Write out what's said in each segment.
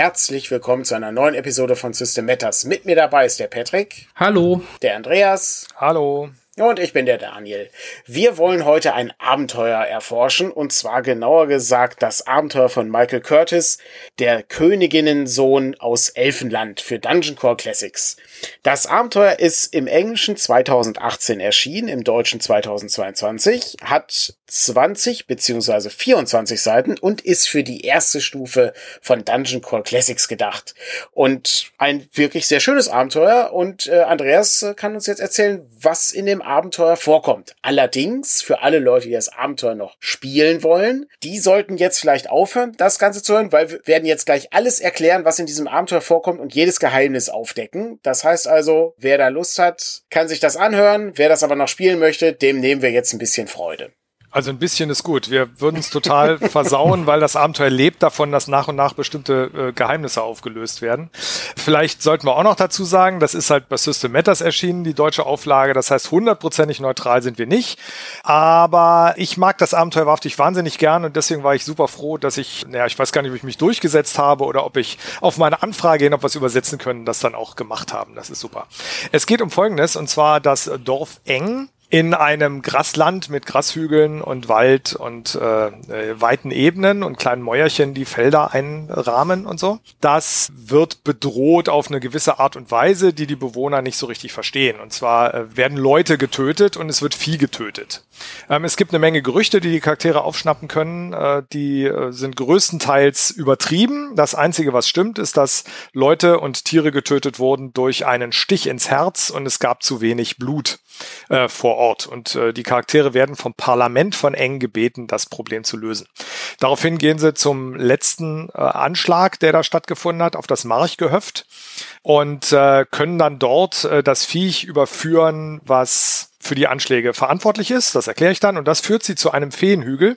herzlich willkommen zu einer neuen Episode von System Matters. Mit mir dabei ist der Patrick. Hallo. Der Andreas. Hallo. Und ich bin der Daniel. Wir wollen heute ein Abenteuer erforschen, und zwar genauer gesagt das Abenteuer von Michael Curtis, der Königinnensohn aus Elfenland für Dungeon Crawl Classics. Das Abenteuer ist im Englischen 2018 erschienen, im Deutschen 2022, hat 20 bzw. 24 Seiten und ist für die erste Stufe von Dungeon Crawl Classics gedacht. Und ein wirklich sehr schönes Abenteuer, und Andreas kann uns jetzt erzählen, was in dem Abenteuer vorkommt. Allerdings, für alle Leute, die das Abenteuer noch spielen wollen, die sollten jetzt vielleicht aufhören, das Ganze zu hören, weil wir werden jetzt gleich alles erklären, was in diesem Abenteuer vorkommt, und jedes Geheimnis aufdecken. Das heißt also, wer da Lust hat, kann sich das anhören. Wer das aber noch spielen möchte, dem nehmen wir jetzt ein bisschen Freude. Also ein bisschen ist gut. Wir würden es total versauen, weil das Abenteuer lebt davon, dass nach und nach bestimmte Geheimnisse aufgelöst werden. Vielleicht sollten wir auch noch dazu sagen, das ist halt bei System Matters erschienen, die deutsche Auflage. Das heißt, 100%ig neutral sind wir nicht. Aber ich mag das Abenteuer wahrhaftig wahnsinnig gern, und deswegen war ich super froh, dass ich weiß gar nicht, ob ich mich durchgesetzt habe oder ob ich auf meine Anfrage hin, ob wir es übersetzen können, das dann auch gemacht haben. Das ist super. Es geht um Folgendes, und zwar das Dorf Eng in einem Grasland mit Grashügeln und Wald und weiten Ebenen und kleinen Mäuerchen, die Felder einrahmen und so. Das wird bedroht auf eine gewisse Art und Weise, die die Bewohner nicht so richtig verstehen. Und zwar werden Leute getötet und es wird Vieh getötet. Es gibt eine Menge Gerüchte, die Charaktere aufschnappen können. Die sind größtenteils übertrieben. Das Einzige, was stimmt, ist, dass Leute und Tiere getötet wurden durch einen Stich ins Herz, und es gab zu wenig Blut vor Ort. Und die Charaktere werden vom Parlament von Eng gebeten, das Problem zu lösen. Daraufhin gehen sie zum letzten Anschlag, der da stattgefunden hat, auf das Marchgehöft, und können dann dort das Viech überführen, was für die Anschläge verantwortlich ist. Das erkläre ich dann. Und das führt sie zu einem Feenhügel.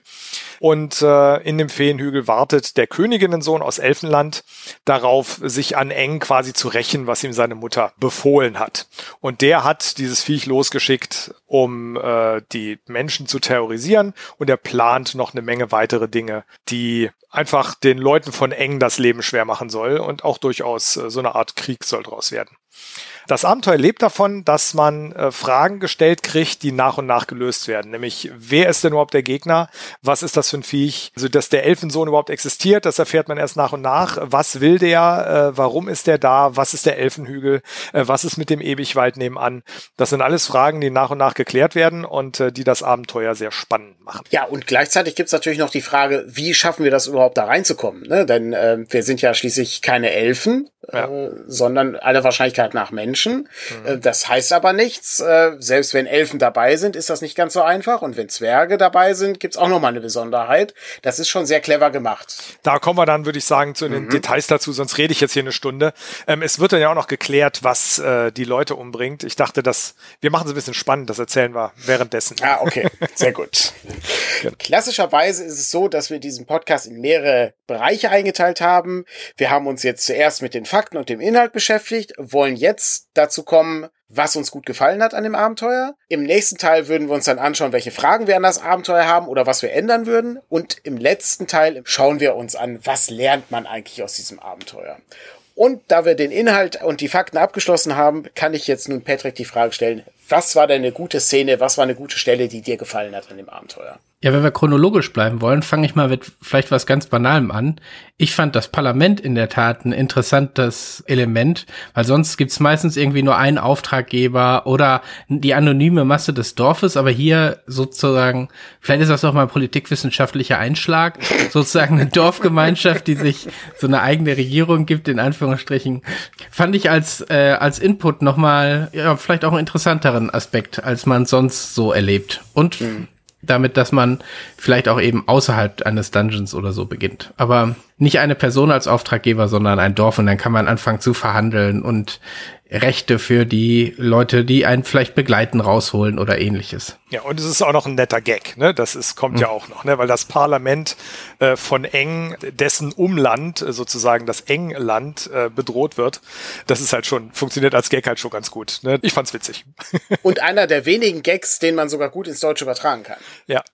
Und in dem Feenhügel wartet der Königinnensohn aus Elfenland darauf, sich an Eng quasi zu rächen, was ihm seine Mutter befohlen hat. Und der hat dieses Viech losgeschickt, um die Menschen zu terrorisieren. Und er plant noch eine Menge weitere Dinge, die einfach den Leuten von Eng das Leben schwer machen soll. Und auch durchaus so eine Art Krieg soll draus werden. Das Abenteuer lebt davon, dass man Fragen gestellt kriegt, die nach und nach gelöst werden. Nämlich, wer ist denn überhaupt der Gegner? Was ist das für ein Viech? Also, dass der Elfensohn überhaupt existiert, das erfährt man erst nach und nach. Was will der? Warum ist der da? Was ist der Elfenhügel? Was ist mit dem Ewigwald nebenan? Das sind alles Fragen, die nach und nach geklärt werden und die das Abenteuer sehr spannend machen. Ja, und gleichzeitig gibt's natürlich noch die Frage, wie schaffen wir das überhaupt da reinzukommen? Ne? Denn wir sind ja schließlich keine Elfen, sondern aller Wahrscheinlichkeit nach Menschen. Das heißt aber nichts. Selbst wenn Elfen dabei sind, ist das nicht ganz so einfach. Und wenn Zwerge dabei sind, gibt's auch nochmal eine Besonderheit. Das ist schon sehr clever gemacht. Da kommen wir dann, würde ich sagen, zu den Details dazu, sonst rede ich jetzt hier eine Stunde. Es wird dann ja auch noch geklärt, was die Leute umbringt. Ich dachte, wir machen es ein bisschen spannend, das erzählen wir währenddessen. Ah, okay, sehr gut. Klassischerweise ist es so, dass wir diesen Podcast in mehrere Bereiche eingeteilt haben. Wir haben uns jetzt zuerst mit den Fakten und dem Inhalt beschäftigt, wollen jetzt dazu kommen, was uns gut gefallen hat an dem Abenteuer. Im nächsten Teil würden wir uns dann anschauen, welche Fragen wir an das Abenteuer haben oder was wir ändern würden. Und im letzten Teil schauen wir uns an, was lernt man eigentlich aus diesem Abenteuer. Und da wir den Inhalt und die Fakten abgeschlossen haben, kann ich jetzt nun Patrick die Frage stellen, was war denn eine gute Szene, was war eine gute Stelle, die dir gefallen hat an dem Abenteuer? Ja, wenn wir chronologisch bleiben wollen, fange ich mal mit vielleicht was ganz Banalem an. Ich fand das Parlament in der Tat ein interessantes Element, weil sonst gibt's meistens irgendwie nur einen Auftraggeber oder die anonyme Masse des Dorfes, aber hier sozusagen, vielleicht ist das auch mal ein politikwissenschaftlicher Einschlag, sozusagen eine Dorfgemeinschaft, die sich so eine eigene Regierung gibt, in Anführungsstrichen, fand ich als Input nochmal, ja, vielleicht auch einen interessanteren Aspekt, als man sonst so erlebt. Und damit, dass man vielleicht auch eben außerhalb eines Dungeons oder so beginnt. Aber nicht eine Person als Auftraggeber, sondern ein Dorf, und dann kann man anfangen zu verhandeln und Rechte für die Leute, die einen vielleicht begleiten, rausholen oder ähnliches. Ja, und es ist auch noch ein netter Gag, ne? Kommt ja auch noch, ne? Weil das Parlament von Eng, dessen Umland, sozusagen das England, bedroht wird. Das ist halt schon, funktioniert als Gag halt schon ganz gut, ne? Ich fand's witzig. Und einer der wenigen Gags, den man sogar gut ins Deutsche übertragen kann. Ja.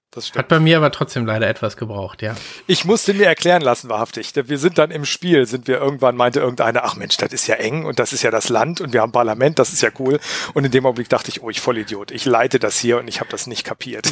Das stimmt. Hat bei mir aber trotzdem leider etwas gebraucht, ja. Ich musste mir erklären lassen, wahrhaftig. Wir sind dann im Spiel, meinte irgendeiner, ach Mensch, das ist ja eng und das ist ja das Land und wir haben Parlament, das ist ja cool. Und in dem Augenblick dachte ich, oh, ich Vollidiot, ich leite das hier und ich habe das nicht kapiert.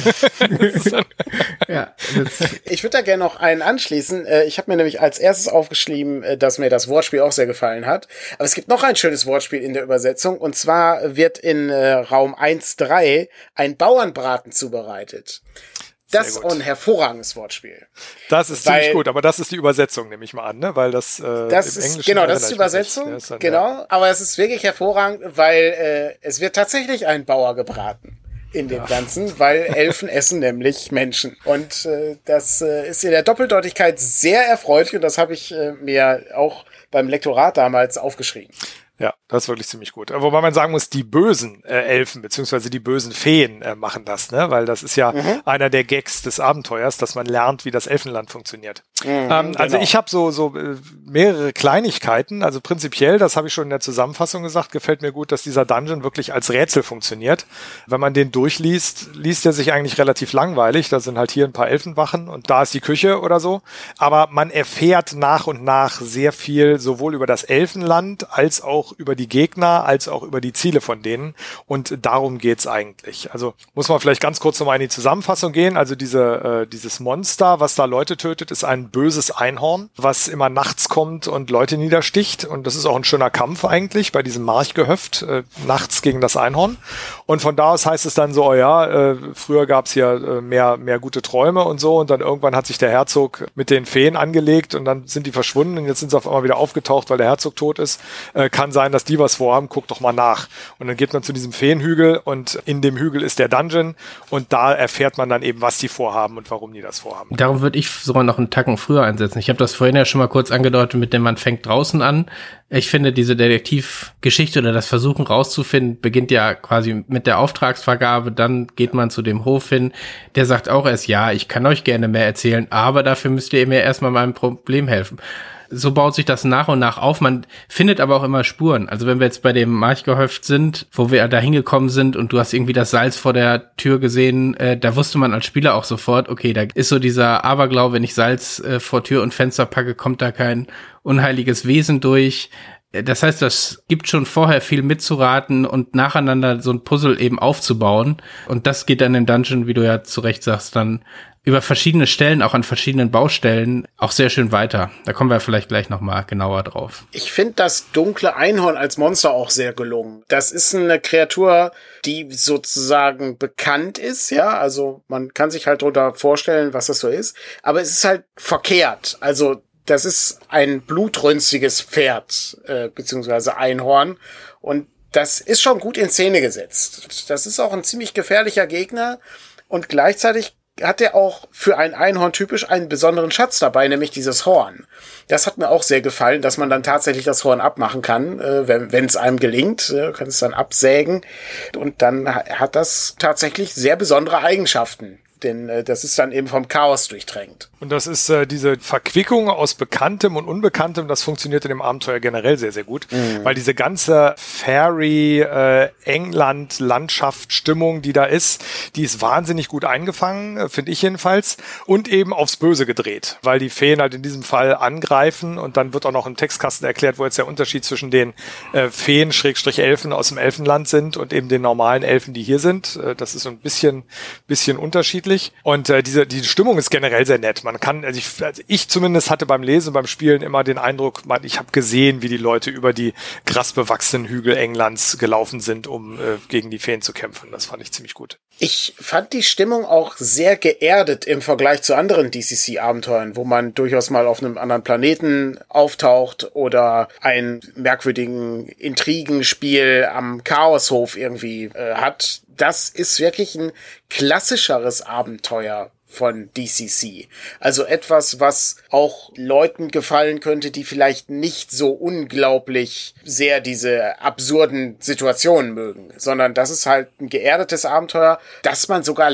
Ja, ich würde da gerne noch einen anschließen. Ich habe mir nämlich als erstes aufgeschrieben, dass mir das Wortspiel auch sehr gefallen hat. Aber es gibt noch ein schönes Wortspiel in der Übersetzung. Und zwar wird in Raum 1.3 ein Bauernbraten zubereitet. Das ist ein hervorragendes Wortspiel. Das ist ziemlich gut, aber das ist die Übersetzung, nehme ich mal an, ne? Weil das im Englischen genau, das ist die Übersetzung, dann, genau. Ja. Aber es ist wirklich hervorragend, weil es wird tatsächlich ein Bauer gebraten in dem Ganzen, weil Elfen essen nämlich Menschen. Und das ist in der Doppeldeutigkeit sehr erfreulich und das habe ich mir auch beim Lektorat damals aufgeschrieben. Ja, das ist wirklich ziemlich gut. Wobei man sagen muss, die bösen Elfen beziehungsweise die bösen Feen machen das, ne? Weil das ist ja einer der Gags des Abenteuers, dass man lernt, wie das Elfenland funktioniert. Also ich habe so mehrere Kleinigkeiten. Also prinzipiell, das habe ich schon in der Zusammenfassung gesagt, gefällt mir gut, dass dieser Dungeon wirklich als Rätsel funktioniert. Wenn man den durchliest, liest er sich eigentlich relativ langweilig. Da sind halt hier ein paar Elfenwachen und da ist die Küche oder so. Aber man erfährt nach und nach sehr viel, sowohl über das Elfenland als auch über die Gegner, als auch über die Ziele von denen. Und darum geht's eigentlich. Also muss man vielleicht ganz kurz nochmal in die Zusammenfassung gehen. Also dieses Monster, was da Leute tötet, ist ein böses Einhorn, was immer nachts kommt und Leute niedersticht. Und das ist auch ein schöner Kampf eigentlich bei diesem Marchgehöft, nachts gegen das Einhorn. Und von da aus heißt es dann so, früher gab's hier mehr gute Träume und so. Und dann irgendwann hat sich der Herzog mit den Feen angelegt und dann sind die verschwunden und jetzt sind sie auf einmal wieder aufgetaucht, weil der Herzog tot ist. Kann sein, dass die was vorhaben, guck doch mal nach. Und dann geht man zu diesem Feenhügel und in dem Hügel ist der Dungeon und da erfährt man dann eben, was die vorhaben und warum die das vorhaben. Darum würde ich sogar noch einen Tacken früher einsetzen. Ich habe das vorhin ja schon mal kurz angedeutet, mit dem man fängt draußen an. Ich finde, diese Detektivgeschichte oder das Versuchen rauszufinden, beginnt ja quasi mit der Auftragsvergabe, dann geht man zu dem Hof hin, der sagt auch erst, ja, ich kann euch gerne mehr erzählen, aber dafür müsst ihr mir erstmal meinem Problem helfen. So baut sich das nach und nach auf. Man findet aber auch immer Spuren. Also wenn wir jetzt bei dem Marchgehöft sind, wo wir da hingekommen sind und du hast irgendwie das Salz vor der Tür gesehen, da wusste man als Spieler auch sofort, okay, da ist so dieser Aberglaube, wenn ich Salz vor Tür und Fenster packe, kommt da kein unheiliges Wesen durch. Das heißt, das gibt schon vorher viel mitzuraten und nacheinander so ein Puzzle eben aufzubauen. Und das geht dann im Dungeon, wie du ja zu Recht sagst, dann über verschiedene Stellen, auch an verschiedenen Baustellen, auch sehr schön weiter. Da kommen wir vielleicht gleich nochmal genauer drauf. Ich finde das dunkle Einhorn als Monster auch sehr gelungen. Das ist eine Kreatur, die sozusagen bekannt ist, ja, also man kann sich halt darunter vorstellen, was das so ist, aber es ist halt verkehrt. Also das ist ein blutrünstiges Pferd, beziehungsweise Einhorn und das ist schon gut in Szene gesetzt. Das ist auch ein ziemlich gefährlicher Gegner und gleichzeitig hat er auch für ein Einhorn typisch einen besonderen Schatz dabei, nämlich dieses Horn. Das hat mir auch sehr gefallen, dass man dann tatsächlich das Horn abmachen kann, wenn es einem gelingt, kann es dann absägen und dann hat das tatsächlich sehr besondere Eigenschaften. Denn das ist dann eben vom Chaos durchtränkt. Und das ist diese Verquickung aus Bekanntem und Unbekanntem, das funktioniert in dem Abenteuer generell sehr, sehr gut. Weil diese ganze Fairy, England, Landschaft, Stimmung, die da ist, die ist wahnsinnig gut eingefangen, finde ich jedenfalls. Und eben aufs Böse gedreht, weil die Feen halt in diesem Fall angreifen und dann wird auch noch im Textkasten erklärt, wo jetzt der Unterschied zwischen den Feen, Elfen aus dem Elfenland sind und eben den normalen Elfen, die hier sind. Das ist so ein bisschen unterschiedlich. Und die Stimmung ist generell sehr nett. Man kann, also ich zumindest hatte beim Lesen, beim Spielen immer den Eindruck, ich habe gesehen, wie die Leute über die grasbewachsenen Hügel Englands gelaufen sind, um gegen die Feen zu kämpfen. Das fand ich ziemlich gut. Ich fand die Stimmung auch sehr geerdet im Vergleich zu anderen DCC-Abenteuern, wo man durchaus mal auf einem anderen Planeten auftaucht oder ein merkwürdigen Intrigenspiel am Chaoshof irgendwie hat. Das ist wirklich ein klassischeres Abenteuer von DCC. Also etwas, was auch Leuten gefallen könnte, die vielleicht nicht so unglaublich sehr diese absurden Situationen mögen, sondern das ist halt ein geerdetes Abenteuer, das man sogar leicht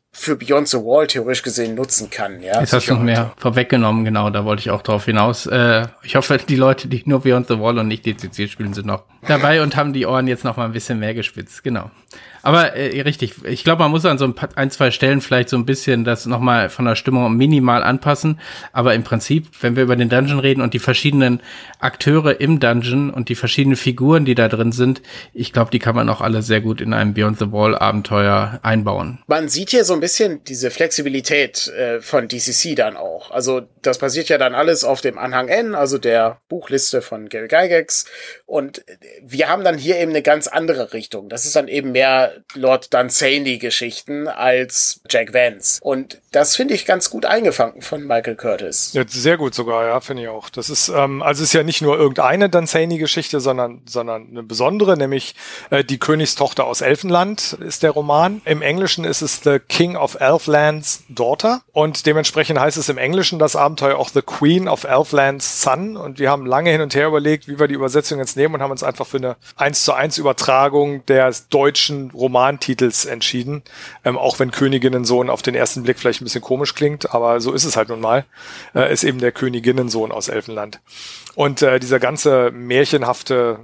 für Beyond the Wall theoretisch gesehen nutzen kann. Ja, jetzt hast du noch mehr vorweggenommen, genau, da wollte ich auch drauf hinaus. Ich hoffe, die Leute, die nur Beyond the Wall und nicht DCC spielen, sind noch dabei und haben die Ohren jetzt noch mal ein bisschen mehr gespitzt, genau. Aber richtig, ich glaube, man muss an so ein, zwei Stellen vielleicht so ein bisschen das nochmal von der Stimmung minimal anpassen, aber im Prinzip, wenn wir über den Dungeon reden und die verschiedenen Akteure im Dungeon und die verschiedenen Figuren, die da drin sind, ich glaube, die kann man auch alle sehr gut in einem Beyond the Wall Abenteuer einbauen. Man sieht hier so ein bisschen diese Flexibilität von DCC dann auch. Also das basiert ja dann alles auf dem Anhang N, also der Buchliste von Gary Gygax, und wir haben dann hier eben eine ganz andere Richtung. Das ist dann eben mehr Lord Dunsany-Geschichten als Jack Vance. Und das finde ich ganz gut eingefangen von Michael Curtis. Ja, sehr gut sogar, ja, finde ich auch. Das ist, also es ist ja nicht nur irgendeine Dunsany-Geschichte, sondern eine besondere, nämlich die Königstochter aus Elfenland ist der Roman. Im Englischen ist es The King of Elfland's Daughter und dementsprechend heißt es im Englischen das Abenteuer auch The Queen of Elfland's Son, und wir haben lange hin und her überlegt, wie wir die Übersetzung jetzt nehmen und haben uns einfach für eine 1:1 Übertragung des deutschen Romantitels entschieden, auch wenn Königinnensohn auf den ersten Blick vielleicht ein bisschen komisch klingt, aber so ist es halt nun mal, ist eben der Königinnensohn aus Elfenland. Und dieser ganze märchenhafte,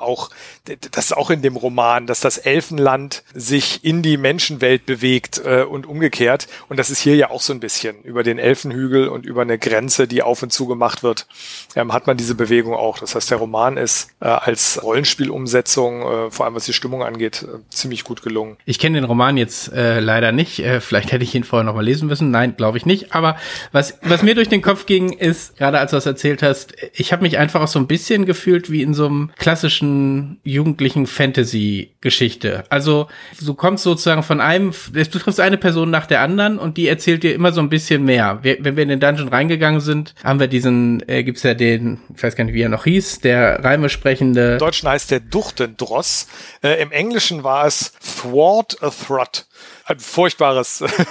das ist auch in dem Roman, dass das Elfenland sich in die Menschenwelt bewegt und umgekehrt. Und das ist hier ja auch so ein bisschen über den Elfenhügel und über eine Grenze, die auf und zu gemacht wird, hat man diese Bewegung auch. Das heißt, der Roman ist als Rollenspielumsetzung, vor allem was die Stimmung angeht, ziemlich gut gelungen. Ich kenne den Roman jetzt leider nicht. Vielleicht hätte ich ihn vorher noch mal lesen müssen. Nein, glaube ich nicht. Aber was mir durch den Kopf ging, ist, gerade als du das erzählt hast, ich habe mich einfach auch so ein bisschen gefühlt wie in so einem klassischen jugendlichen Fantasy-Geschichte. Also du kommst sozusagen du triffst eine Person nach der anderen und die erzählt dir immer so ein bisschen mehr. Wenn wir in den Dungeon reingegangen sind, haben wir gibt's ja den, ich weiß gar nicht, wie er noch hieß, der Reime sprechende. Im Deutschen heißt der Duchtendross. Im Englischen war es Thwart a Thrut. Ein furchtbarer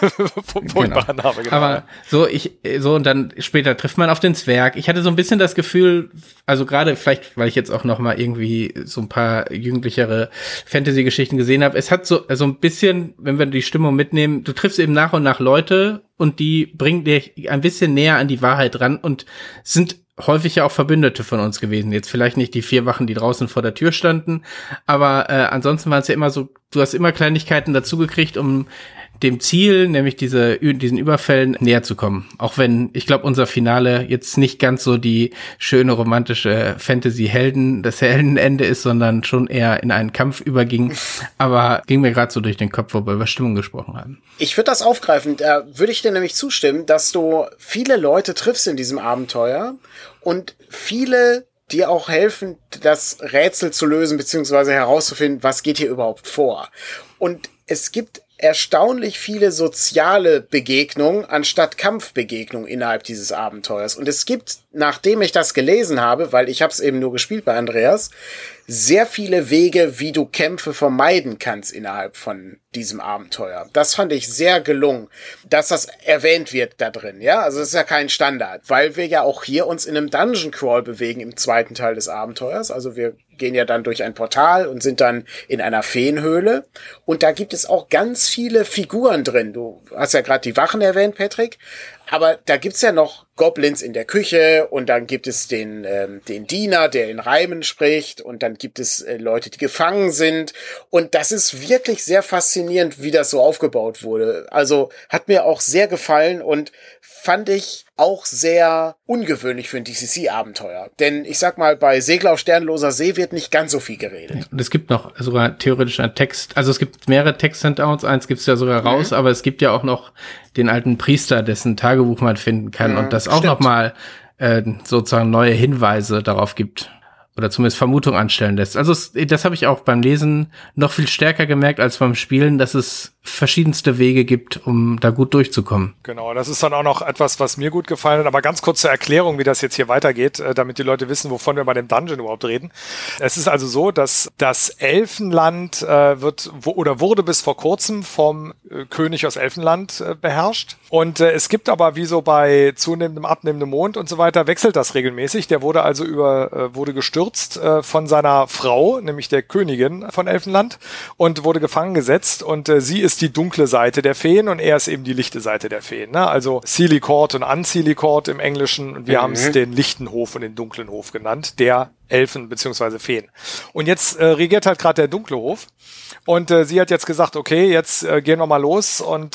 Name, genau. Aber und dann später trifft man auf den Zwerg. Ich hatte so ein bisschen das Gefühl, also gerade vielleicht, weil ich jetzt auch noch mal irgendwie so ein paar jugendlichere Fantasy-Geschichten gesehen habe, es hat so ein bisschen, wenn wir die Stimmung mitnehmen, du triffst eben nach und nach Leute und die bringen dich ein bisschen näher an die Wahrheit ran und sind häufig ja auch Verbündete von uns gewesen. Jetzt vielleicht nicht die 4 Wachen, die draußen vor der Tür standen, aber ansonsten waren es ja immer so, du hast immer Kleinigkeiten dazu gekriegt, um dem Ziel, nämlich diesen Überfällen näher zu kommen. Auch wenn, ich glaube, unser Finale jetzt nicht ganz so die schöne romantische das Heldenende ist, sondern schon eher in einen Kampf überging. Aber ging mir gerade so durch den Kopf, wo wir über Stimmung gesprochen haben. Ich würde das aufgreifen. Da würde ich dir nämlich zustimmen, dass du viele Leute triffst in diesem Abenteuer und viele dir auch helfen, das Rätsel zu lösen, beziehungsweise herauszufinden, was geht hier überhaupt vor. Und es gibt erstaunlich viele soziale Begegnungen anstatt Kampfbegegnungen innerhalb dieses Abenteuers. Und es gibt, nachdem ich das gelesen habe, weil ich habe es eben nur gespielt bei Andreas, sehr viele Wege, wie du Kämpfe vermeiden kannst innerhalb von diesem Abenteuer. Das fand ich sehr gelungen, dass das erwähnt wird da drin, ja? Also das ist ja kein Standard, weil wir ja auch hier uns in einem Dungeon Crawl bewegen im zweiten Teil des Abenteuers. Also wir gehen ja dann durch ein Portal und sind dann in einer Feenhöhle. Und da gibt es auch ganz viele Figuren drin. Du hast ja gerade die Wachen erwähnt, Patrick. Aber da gibt's ja noch Goblins in der Küche und dann gibt es den Diener, der in Reimen spricht, und dann gibt es Leute, die gefangen sind. Und das ist wirklich sehr faszinierend, wie das so aufgebaut wurde. Also hat mir auch sehr gefallen und fand ich auch sehr ungewöhnlich für ein DCC-Abenteuer. Denn ich sag mal, bei Segler auf sternloser See wird nicht ganz so viel geredet. Und es gibt noch sogar theoretisch einen Text, also es gibt mehrere Text-Handouts, eins gibt's ja sogar raus, aber es gibt ja auch noch den alten Priester, dessen Tagebuch man finden kann und das auch nochmal sozusagen neue Hinweise darauf gibt. Oder zumindest Vermutung anstellen lässt. Also das habe ich auch beim Lesen noch viel stärker gemerkt als beim Spielen, dass es verschiedenste Wege gibt, um da gut durchzukommen. Genau, das ist dann auch noch etwas, was mir gut gefallen hat. Aber ganz kurz zur Erklärung, wie das jetzt hier weitergeht, damit die Leute wissen, wovon wir bei dem Dungeon überhaupt reden. Es ist also so, dass das Elfenland wurde bis vor kurzem vom König aus Elfenland beherrscht. Und es gibt aber, wie so bei zunehmendem, abnehmendem Mond und so weiter, wechselt das regelmäßig. Der wurde also wurde gestürzt gestürzt von seiner Frau, nämlich der Königin von Elfenland, und wurde gefangen gesetzt. Und sie ist die dunkle Seite der Feen und er ist eben die lichte Seite der Feen. Ne? Also Seelie Court und Unseelie Court im Englischen. Und wir haben es den lichten Hof und den dunklen Hof genannt, der Elfen bzw. Feen. Und jetzt regiert halt gerade der dunkle Hof. Und sie hat jetzt gesagt, okay, jetzt gehen wir mal los und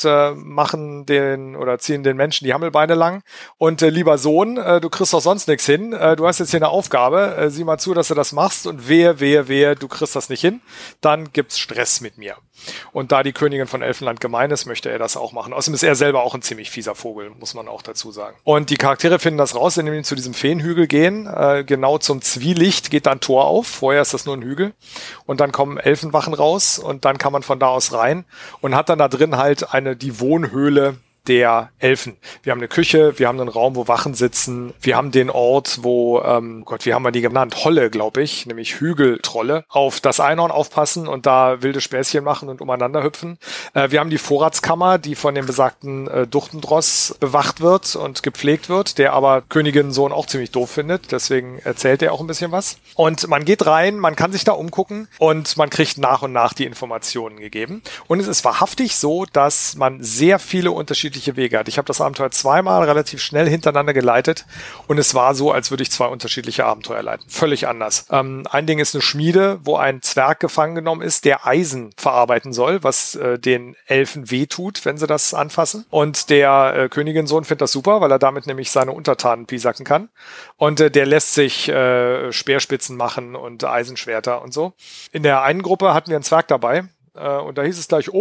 ziehen den Menschen die Hammelbeine lang. Und lieber Sohn, du kriegst doch sonst nichts hin. Du hast jetzt hier eine Aufgabe. Sieh mal zu, dass du das machst. Und wehe, du kriegst das nicht hin. Dann gibt's Stress mit mir. Und da die Königin von Elfenland gemein ist, möchte er das auch machen. Außerdem ist er selber auch ein ziemlich fieser Vogel, muss man auch dazu sagen. Und die Charaktere finden das raus, indem sie zu diesem Feenhügel gehen. Genau zum Zwielicht geht dann Tor auf. Vorher ist das nur ein Hügel. Und dann kommen Elfenwachen raus und dann kann man von da aus rein und hat dann da drin halt die Wohnhöhle der Elfen. Wir haben eine Küche, wir haben einen Raum, wo Wachen sitzen, wir haben den Ort, wo, wie haben wir die genannt? Holle, glaube ich, nämlich Hügeltrolle, auf das Einhorn aufpassen und da wilde Späßchen machen und umeinander hüpfen. Wir haben die Vorratskammer, die von dem besagten Duchtendross bewacht wird und gepflegt wird, der aber Königinnensohn auch ziemlich doof findet, deswegen erzählt er auch ein bisschen was. Und man geht rein, man kann sich da umgucken und man kriegt nach und nach die Informationen gegeben. Und es ist wahrhaftig so, dass man sehr viele unterschiedliche Wege hat. Ich habe das Abenteuer zweimal relativ schnell hintereinander geleitet und es war so, als würde ich zwei unterschiedliche Abenteuer leiten. Völlig anders. Ein Ding ist eine Schmiede, wo ein Zwerg gefangen genommen ist, der Eisen verarbeiten soll, was den Elfen wehtut, wenn sie das anfassen. Und der Königinnensohn findet das super, weil er damit nämlich seine Untertanen piesacken kann. Und der lässt sich Speerspitzen machen und Eisenschwerter und so. In der einen Gruppe hatten wir einen Zwerg dabei. Und da hieß es gleich,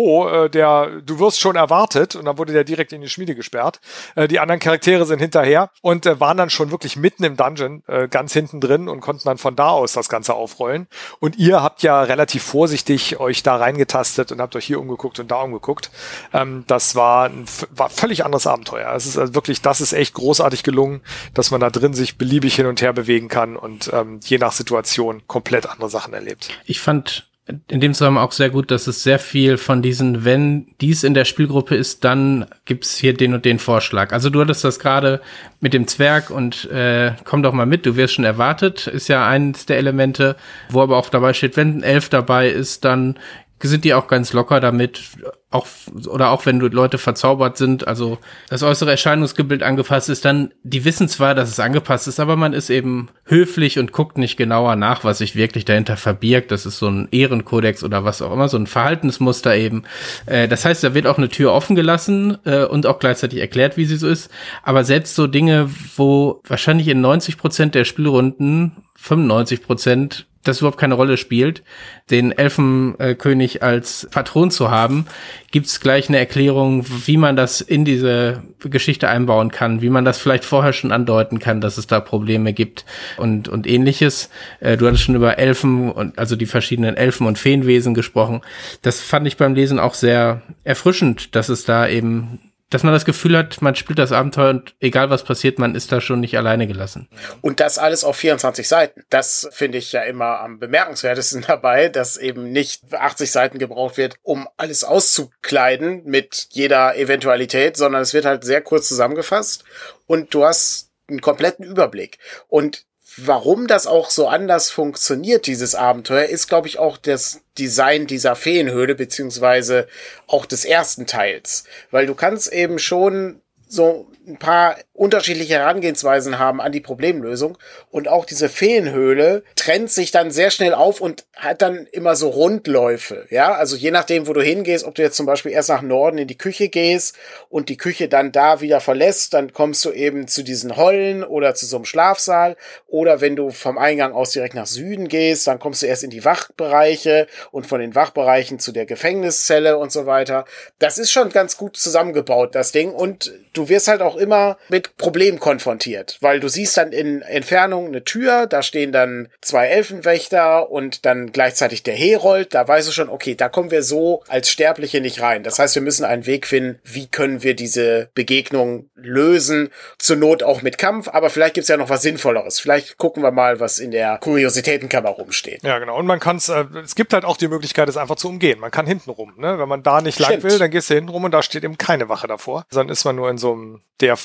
du wirst schon erwartet. Und dann wurde der direkt in die Schmiede gesperrt. Die anderen Charaktere sind hinterher und waren dann schon wirklich mitten im Dungeon, ganz hinten drin und konnten dann von da aus das Ganze aufrollen. Und ihr habt ja relativ vorsichtig euch da reingetastet und habt euch hier umgeguckt und da umgeguckt. Das war völlig anderes Abenteuer. Es ist also wirklich, das ist echt großartig gelungen, dass man da drin sich beliebig hin und her bewegen kann und je nach Situation komplett andere Sachen erlebt. Ich fand in dem Zusammenhang auch sehr gut, dass es sehr viel von diesen, wenn dies in der Spielgruppe ist, dann gibt's hier den und den Vorschlag. Also du hattest das gerade mit dem Zwerg und komm doch mal mit, du wirst schon erwartet, ist ja eines der Elemente, wo aber auch dabei steht, wenn ein Elf dabei ist, dann sind die auch ganz locker damit, auch wenn Leute verzaubert sind, also das äußere Erscheinungsgebild angepasst ist, dann, die wissen zwar, dass es angepasst ist, aber man ist eben höflich und guckt nicht genauer nach, was sich wirklich dahinter verbirgt. Das ist so ein Ehrenkodex oder was auch immer, so ein Verhaltensmuster eben. Das heißt, da wird auch eine Tür offen gelassen und auch gleichzeitig erklärt, wie sie so ist. Aber selbst so Dinge, wo wahrscheinlich in 90% der Spielrunden 95% das überhaupt keine Rolle spielt, den Elfenkönig als Patron zu haben, gibt's gleich eine Erklärung, wie man das in diese Geschichte einbauen kann, wie man das vielleicht vorher schon andeuten kann, dass es da Probleme gibt und ähnliches. Du hattest schon über Elfen und also die verschiedenen Elfen- und Feenwesen gesprochen. Das fand ich beim Lesen auch sehr erfrischend, dass es da eben, dass man das Gefühl hat, man spielt das Abenteuer und egal was passiert, man ist da schon nicht alleine gelassen. Und das alles auf 24 Seiten. Das finde ich ja immer am bemerkenswertesten dabei, dass eben nicht 80 Seiten gebraucht wird, um alles auszukleiden mit jeder Eventualität, sondern es wird halt sehr kurz zusammengefasst und du hast einen kompletten Überblick. Und warum das auch so anders funktioniert, dieses Abenteuer, ist, glaube ich, auch das Design dieser Feenhöhle, beziehungsweise auch des ersten Teils. Weil du kannst eben schon so ein paar unterschiedliche Herangehensweisen haben an die Problemlösung. Und auch diese Feenhöhle trennt sich dann sehr schnell auf und hat dann immer so Rundläufe. Ja, also je nachdem, wo du hingehst, ob du jetzt zum Beispiel erst nach Norden in die Küche gehst und die Küche dann da wieder verlässt, dann kommst du eben zu diesen Hollen oder zu so einem Schlafsaal. Oder wenn du vom Eingang aus direkt nach Süden gehst, dann kommst du erst in die Wachbereiche und von den Wachbereichen zu der Gefängniszelle und so weiter. Das ist schon ganz gut zusammengebaut, das Ding. Und du wirst halt auch immer mit Problemen konfrontiert, weil du siehst dann in Entfernung eine Tür, da stehen dann 2 Elfenwächter und dann gleichzeitig der Herold, da weißt du schon, okay, da kommen wir so als Sterbliche nicht rein. Das heißt, wir müssen einen Weg finden, wie können wir diese Begegnung lösen, zur Not auch mit Kampf, aber vielleicht gibt's ja noch was Sinnvolleres. Vielleicht gucken wir mal, was in der Kuriositätenkammer rumsteht. Ja, genau. Und man kann's, es gibt halt auch die Möglichkeit, es einfach zu umgehen. Man kann hinten rum, ne? Wenn man da nicht lang will, dann gehst du hinten rum und da steht eben keine Wache davor. Dann ist man nur in so einem der Vorraum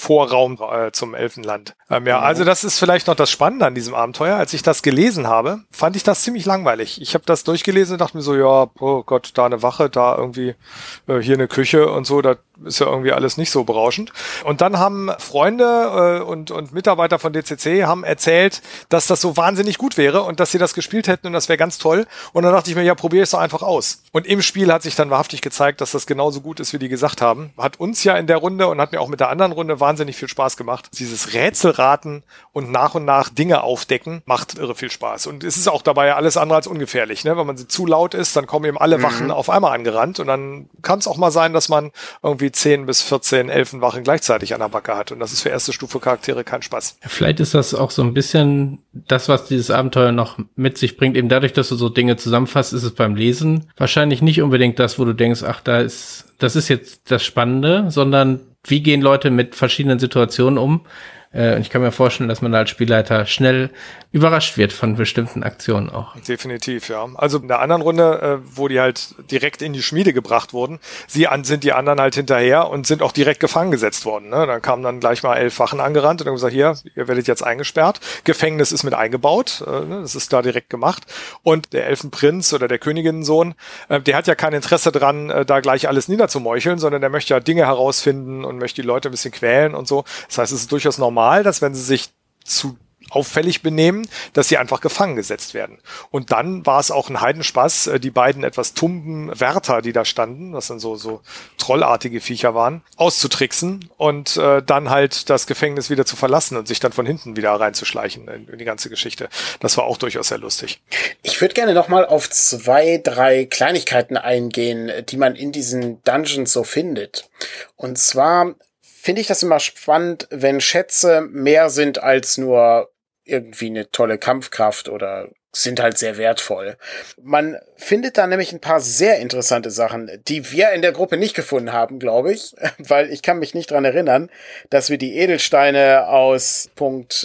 Turm zum Elfenland. Also das ist vielleicht noch das Spannende an diesem Abenteuer. Als ich das gelesen habe, fand ich das ziemlich langweilig. Ich habe das durchgelesen und dachte mir so, ja, oh Gott, da eine Wache, da irgendwie hier eine Küche und so, das ist ja irgendwie alles nicht so berauschend. Und dann haben Freunde und Mitarbeiter von DCC haben erzählt, dass das so wahnsinnig gut wäre und dass sie das gespielt hätten und das wäre ganz toll. Und dann dachte ich mir, ja, probiere es doch einfach aus. Und im Spiel hat sich dann wahrhaftig gezeigt, dass das genauso gut ist, wie die gesagt haben. Hat uns ja in der Runde und hat mir auch mit der anderen Runde wahnsinnig viel Spaß gemacht. Dieses Rätselraten und nach Dinge aufdecken macht irre viel Spaß. Und es ist auch dabei alles andere als ungefährlich, ne? Wenn man zu laut ist, dann kommen eben alle Wachen auf einmal angerannt und dann kann es auch mal sein, dass man irgendwie 10 bis 14 Elfenwachen gleichzeitig an der Backe hat. Und das ist für erste Stufe Charaktere kein Spaß. Vielleicht ist das auch so ein bisschen das, was dieses Abenteuer noch mit sich bringt. Eben dadurch, dass du so Dinge zusammenfasst, ist es beim Lesen wahrscheinlich nicht unbedingt das, wo du denkst, ach, das ist jetzt das Spannende, sondern wie gehen Leute mit verschiedenen Situationen um? Und ich kann mir vorstellen, dass man als Spielleiter schnell überrascht wird von bestimmten Aktionen auch. Definitiv, ja. Also in der anderen Runde, wo die halt direkt in die Schmiede gebracht wurden, sind die anderen halt hinterher und sind auch direkt gefangen gesetzt worden. Ne? Dann kamen dann gleich mal 11 Wachen angerannt und haben gesagt, hier, ihr werdet jetzt eingesperrt. Gefängnis ist mit eingebaut, das ist da direkt gemacht. Und der Elfenprinz oder der Königinnensohn, der hat ja kein Interesse dran, da gleich alles niederzumeucheln, sondern der möchte ja Dinge herausfinden und möchte die Leute ein bisschen quälen und so. Das heißt, es ist durchaus normal, dass wenn sie sich zu auffällig benehmen, dass sie einfach gefangen gesetzt werden. Und dann war es auch ein Heidenspaß, die beiden etwas tumben Wärter, die da standen, das dann so trollartige Viecher waren, auszutricksen und dann halt das Gefängnis wieder zu verlassen und sich dann von hinten wieder reinzuschleichen in die ganze Geschichte. Das war auch durchaus sehr lustig. Ich würde gerne nochmal auf 2, 3 Kleinigkeiten eingehen, die man in diesen Dungeons so findet. Und zwar finde ich das immer spannend, wenn Schätze mehr sind als nur irgendwie eine tolle Kampfkraft oder sind halt sehr wertvoll. Man findet da nämlich ein paar sehr interessante Sachen, die wir in der Gruppe nicht gefunden haben, glaube ich, weil ich kann mich nicht dran erinnern, dass wir die Edelsteine aus Punkt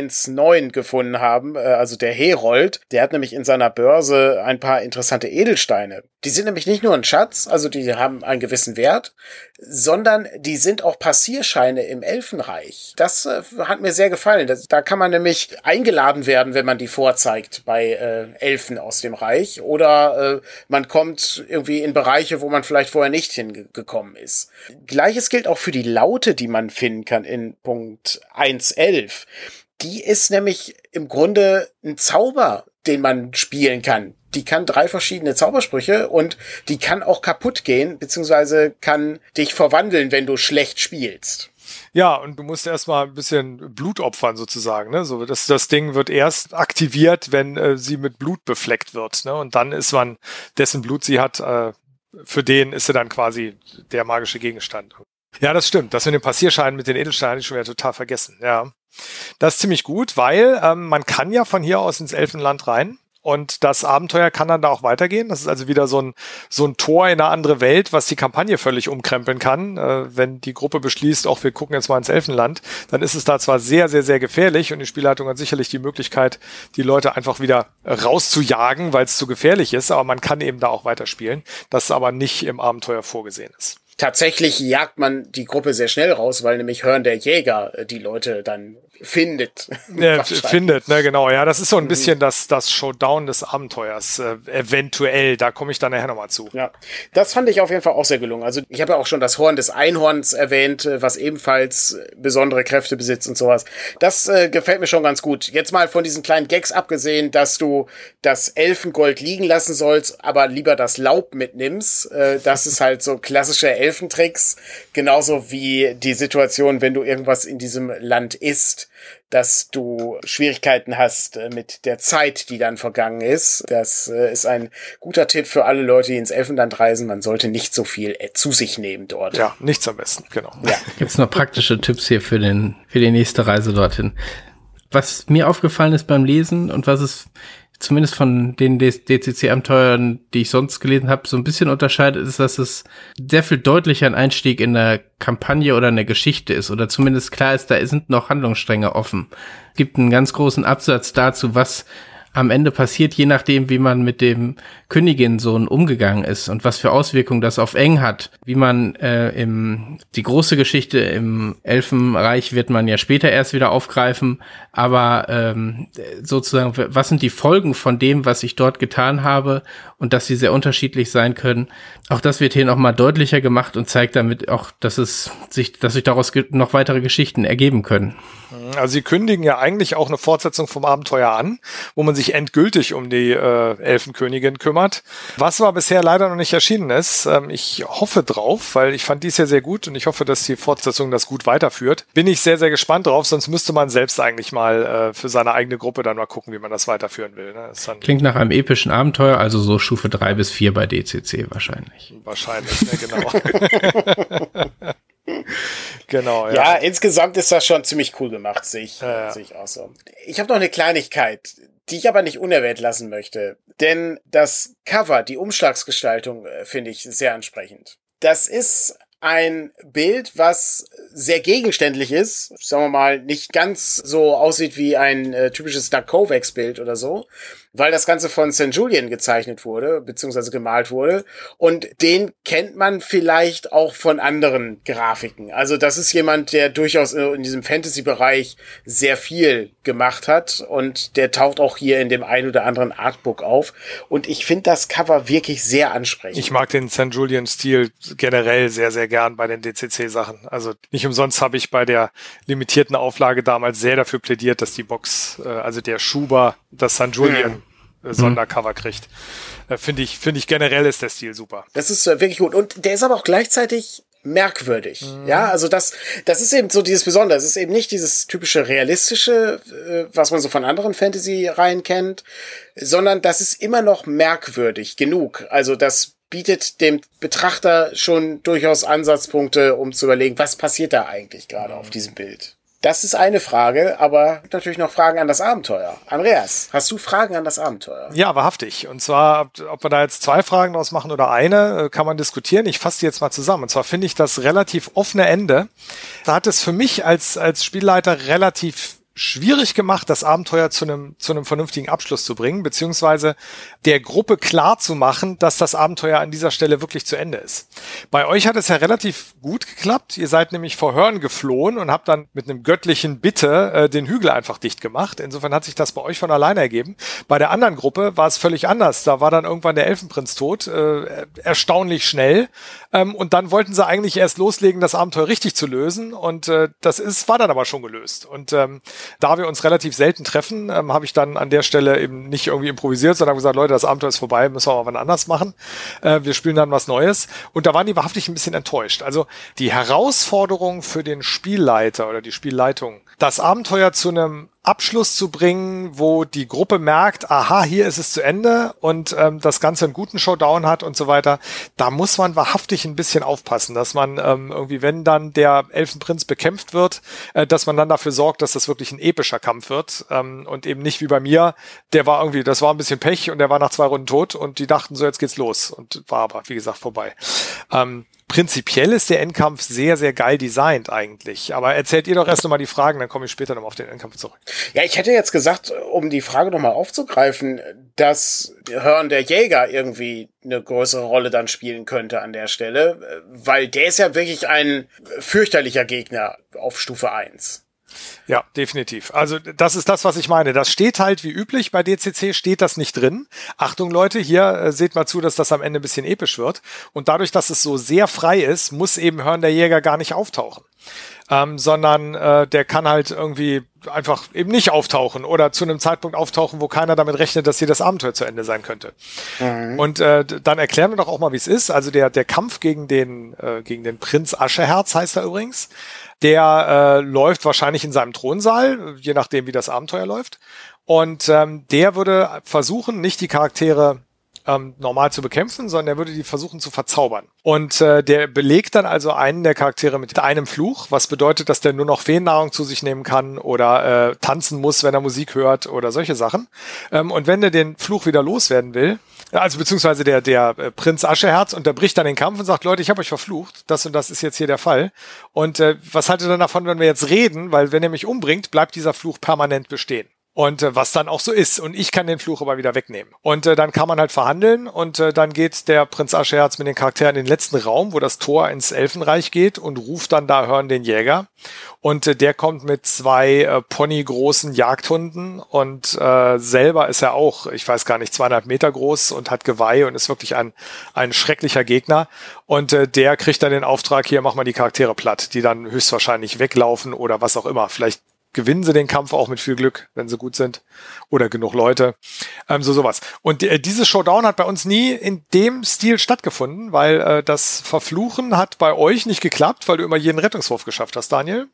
1.9 gefunden haben, also der Herold, der hat nämlich in seiner Börse ein paar interessante Edelsteine. Die sind nämlich nicht nur ein Schatz, also die haben einen gewissen Wert, sondern die sind auch Passierscheine im Elfenreich. Das hat mir sehr gefallen. Da kann man nämlich eingeladen werden, wenn man die vorzeigt bei Elfen aus dem Reich. Oder man kommt irgendwie in Bereiche, wo man vielleicht vorher nicht hingekommen ist. Gleiches gilt auch für die Laute, die man finden kann in Punkt 1.11. Die ist nämlich im Grunde ein Zauber, den man spielen kann. Die kann 3 verschiedene Zaubersprüche und die kann auch kaputt gehen, beziehungsweise kann dich verwandeln, wenn du schlecht spielst. Ja, und du musst erstmal ein bisschen Blut opfern sozusagen, ne? So, das Ding wird erst aktiviert, wenn sie mit Blut befleckt wird, ne? Und dann ist man, dessen Blut sie hat, für den ist sie dann quasi der magische Gegenstand. Ja, das stimmt. Das mit den Passierscheinen, mit den Edelsteinen, hatte ich schon wieder total vergessen. Ja, das ist ziemlich gut, weil man kann ja von hier aus ins Elfenland rein. Und das Abenteuer kann dann da auch weitergehen. Das ist also wieder so ein Tor in eine andere Welt, was die Kampagne völlig umkrempeln kann. Wenn die Gruppe beschließt, auch wir gucken jetzt mal ins Elfenland, dann ist es da zwar sehr, sehr, sehr gefährlich und die Spielleitung hat sicherlich die Möglichkeit, die Leute einfach wieder rauszujagen, weil es zu gefährlich ist, aber man kann eben da auch weiterspielen, das aber nicht im Abenteuer vorgesehen ist. Tatsächlich jagt man die Gruppe sehr schnell raus, weil nämlich Hörn der Jäger die Leute dann findet. Findet, ne, genau. Ja, das ist so ein bisschen das Showdown des Abenteuers. Eventuell, da komme ich dann nachher nochmal zu. Ja, das fand ich auf jeden Fall auch sehr gelungen. Also ich habe ja auch schon das Horn des Einhorns erwähnt, was ebenfalls besondere Kräfte besitzt und sowas. Das gefällt mir schon ganz gut. Jetzt mal von diesen kleinen Gags abgesehen, dass du das Elfengold liegen lassen sollst, aber lieber das Laub mitnimmst. Das ist halt so klassische Elfentricks. Genauso wie die Situation, wenn du irgendwas in diesem Land isst, dass du Schwierigkeiten hast mit der Zeit, die dann vergangen ist. Das ist ein guter Tipp für alle Leute, die ins Elfenland reisen. Man sollte nicht so viel zu sich nehmen dort. Ja, nichts am besten, genau. Ja. Gibt's noch praktische Tipps hier für die nächste Reise dorthin? Was mir aufgefallen ist beim Lesen und was es zumindest von den DCC-Abenteuern, die ich sonst gelesen habe, so ein bisschen unterscheidet, ist, dass es sehr viel deutlicher ein Einstieg in eine Kampagne oder eine Geschichte ist. Oder zumindest klar ist, da sind noch Handlungsstränge offen. Es gibt einen ganz großen Absatz dazu, was am Ende passiert, je nachdem, wie man mit dem Königinsohn umgegangen ist und was für Auswirkungen das auf Aang hat. Wie man die große Geschichte im Elfenreich wird man ja später erst wieder aufgreifen, aber sozusagen, was sind die Folgen von dem, was ich dort getan habe und dass sie sehr unterschiedlich sein können. Auch das wird hier nochmal deutlicher gemacht und zeigt damit auch, dass sich daraus noch weitere Geschichten ergeben können. Also sie kündigen ja eigentlich auch eine Fortsetzung vom Abenteuer an, wo man sich endgültig um die Elfenkönigin kümmert. Was aber bisher leider noch nicht erschienen ist. Ich hoffe drauf, weil ich fand dies ja sehr gut und ich hoffe, dass die Fortsetzung das gut weiterführt. Bin ich sehr, sehr gespannt drauf, sonst müsste man selbst eigentlich mal für seine eigene Gruppe dann mal gucken, wie man das weiterführen will. Ne? Das klingt nach einem epischen Abenteuer, also so Stufe 3 bis 4 bei DCC wahrscheinlich. Wahrscheinlich, ne, genau. Genau, ja. Ja, insgesamt ist das schon ziemlich cool gemacht, sehe ich auch so. Ich habe noch eine Kleinigkeit, die ich aber nicht unerwähnt lassen möchte. Denn das Cover, die Umschlagsgestaltung, finde ich sehr ansprechend. Das ist ein Bild, was sehr gegenständlich ist, sagen wir mal, nicht ganz so aussieht wie ein typisches Doug Kovacs-Bild oder so, weil das Ganze von St. Julian gezeichnet wurde, beziehungsweise gemalt wurde. Und den kennt man vielleicht auch von anderen Grafiken. Also das ist jemand, der durchaus in diesem Fantasy-Bereich sehr viel gemacht hat. Und der taucht auch hier in dem ein oder anderen Artbook auf. Und ich finde das Cover wirklich sehr ansprechend. Ich mag den St. Julian-Stil generell sehr, sehr gern bei den DCC-Sachen. Also nicht umsonst habe ich bei der limitierten Auflage damals sehr dafür plädiert, dass die Box, also der Schuber, das St. Julian Sondercover kriegt. Finde ich generell ist der Stil super. Das ist wirklich gut. Und der ist aber auch gleichzeitig merkwürdig. Ja, also das ist eben so dieses Besondere. Es ist eben nicht dieses typische realistische, was man so von anderen Fantasy-Reihen kennt, sondern das ist immer noch merkwürdig genug. Also das bietet dem Betrachter schon durchaus Ansatzpunkte, um zu überlegen, was passiert da eigentlich gerade auf diesem Bild. Das ist eine Frage, aber natürlich noch Fragen an das Abenteuer. Andreas, hast du Fragen an das Abenteuer? Ja, wahrhaftig. Und zwar, ob wir da jetzt 2 Fragen draus machen oder eine, kann man diskutieren. Ich fasse die jetzt mal zusammen. Und zwar finde ich das relativ offene Ende. Da hat es für mich als Spielleiter relativ schwierig gemacht, das Abenteuer zu einem vernünftigen Abschluss zu bringen, beziehungsweise der Gruppe klar zu machen, dass das Abenteuer an dieser Stelle wirklich zu Ende ist. Bei euch hat es ja relativ gut geklappt. Ihr seid nämlich vor Hörn geflohen und habt dann mit einem göttlichen Bitte den Hügel einfach dicht gemacht. Insofern hat sich das bei euch von alleine ergeben. Bei der anderen Gruppe war es völlig anders. Da war dann irgendwann der Elfenprinz tot, erstaunlich schnell. Und dann wollten sie eigentlich erst loslegen, das Abenteuer richtig zu lösen. Und war dann aber schon gelöst. Und da wir uns relativ selten treffen, habe ich dann an der Stelle eben nicht irgendwie improvisiert, sondern gesagt, Leute, das Abenteuer ist vorbei, müssen wir mal wann anders machen. Wir spielen dann was Neues. Und da waren die wahrhaftig ein bisschen enttäuscht. Also die Herausforderung für den Spielleiter oder die Spielleitung, das Abenteuer zu einem Abschluss zu bringen, wo die Gruppe merkt, aha, hier ist es zu Ende und das Ganze einen guten Showdown hat und so weiter, da muss man wahrhaftig ein bisschen aufpassen, dass man irgendwie, wenn dann der Elfenprinz bekämpft wird, dass man dann dafür sorgt, dass das wirklich ein epischer Kampf wird und eben nicht wie bei mir, das war ein bisschen Pech und der war nach 2 Runden tot und die dachten so, jetzt geht's los und war aber, wie gesagt, vorbei. Prinzipiell ist der Endkampf sehr, sehr geil designt eigentlich. Aber erzählt ihr doch erst nochmal die Fragen, dann komme ich später nochmal auf den Endkampf zurück. Ja, ich hätte jetzt gesagt, um die Frage nochmal aufzugreifen, dass Hörn der Jäger irgendwie eine größere Rolle dann spielen könnte an der Stelle, weil der ist ja wirklich ein fürchterlicher Gegner auf Stufe 1. Ja, definitiv. Also das ist das, was ich meine. Das steht halt wie üblich, bei DCC steht das nicht drin. Achtung Leute, hier seht mal zu, dass das am Ende ein bisschen episch wird. Und dadurch, dass es so sehr frei ist, muss eben Hörn der Jäger gar nicht auftauchen. Sondern der kann halt irgendwie einfach eben nicht auftauchen oder zu einem Zeitpunkt auftauchen, wo keiner damit rechnet, dass hier das Abenteuer zu Ende sein könnte. Mhm. Und dann erklären wir doch auch mal, wie es ist. Also der Kampf gegen den Prinz Ascheherz heißt er übrigens. Der läuft wahrscheinlich in seinem Thronsaal, je nachdem, wie das Abenteuer läuft. Und der würde versuchen, nicht die Charaktere normal zu bekämpfen, sondern er würde die versuchen zu verzaubern. Und der belegt dann also einen der Charaktere mit einem Fluch, was bedeutet, dass der nur noch Feennahrung zu sich nehmen kann oder tanzen muss, wenn er Musik hört oder solche Sachen. Und wenn er den Fluch wieder loswerden will, also beziehungsweise der Prinz Ascheherz unterbricht dann den Kampf und sagt, Leute, ich habe euch verflucht, das und das ist jetzt hier der Fall. Und was haltet ihr dann davon, wenn wir jetzt reden? Weil wenn er mich umbringt, bleibt dieser Fluch permanent bestehen. Und was dann auch so ist. Und ich kann den Fluch aber wieder wegnehmen. Und dann kann man halt verhandeln und dann geht der Prinz Aschenherz mit den Charakteren in den letzten Raum, wo das Tor ins Elfenreich geht und ruft dann da Hörn den Jäger. Und der kommt mit 2 ponygroßen Jagdhunden und selber ist er auch, ich weiß gar nicht, 2,5 Meter groß und hat Geweih und ist wirklich ein schrecklicher Gegner. Und der kriegt dann den Auftrag, hier mach mal die Charaktere platt, die dann höchstwahrscheinlich weglaufen oder was auch immer. Vielleicht gewinnen sie den Kampf auch mit viel Glück, wenn sie gut sind oder genug Leute. Sowas. Und dieses Showdown hat bei uns nie in dem Stil stattgefunden, weil das Verfluchen hat bei euch nicht geklappt, weil du immer jeden Rettungswurf geschafft hast, Daniel.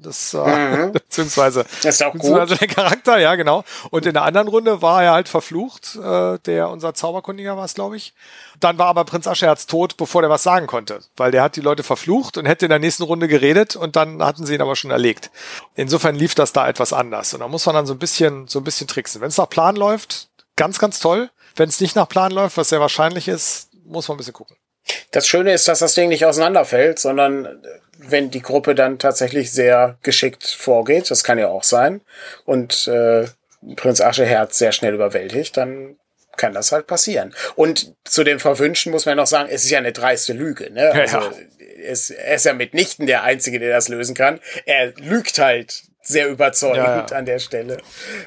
Beziehungsweise der Charakter, ja genau. Und in der anderen Runde war er halt verflucht, unser Zauberkundiger war es, glaube ich. Dann war aber Prinz Aschenherz tot, bevor der was sagen konnte, weil der hat die Leute verflucht und hätte in der nächsten Runde geredet und dann hatten sie ihn aber schon erlegt. Insofern lief das da etwas anders und da muss man dann so ein bisschen tricksen. Wenn es nach Plan läuft, ganz, ganz toll. Wenn es nicht nach Plan läuft, was sehr wahrscheinlich ist, muss man ein bisschen gucken. Das Schöne ist, dass das Ding nicht auseinanderfällt, sondern wenn die Gruppe dann tatsächlich sehr geschickt vorgeht, das kann ja auch sein, und Prinz Aschenherz sehr schnell überwältigt, dann kann das halt passieren. Und zu dem Verwünschen muss man noch sagen, es ist ja eine dreiste Lüge, ne? Also, er ist ja mitnichten der Einzige, der das lösen kann. Er lügt halt sehr überzeugend an der Stelle.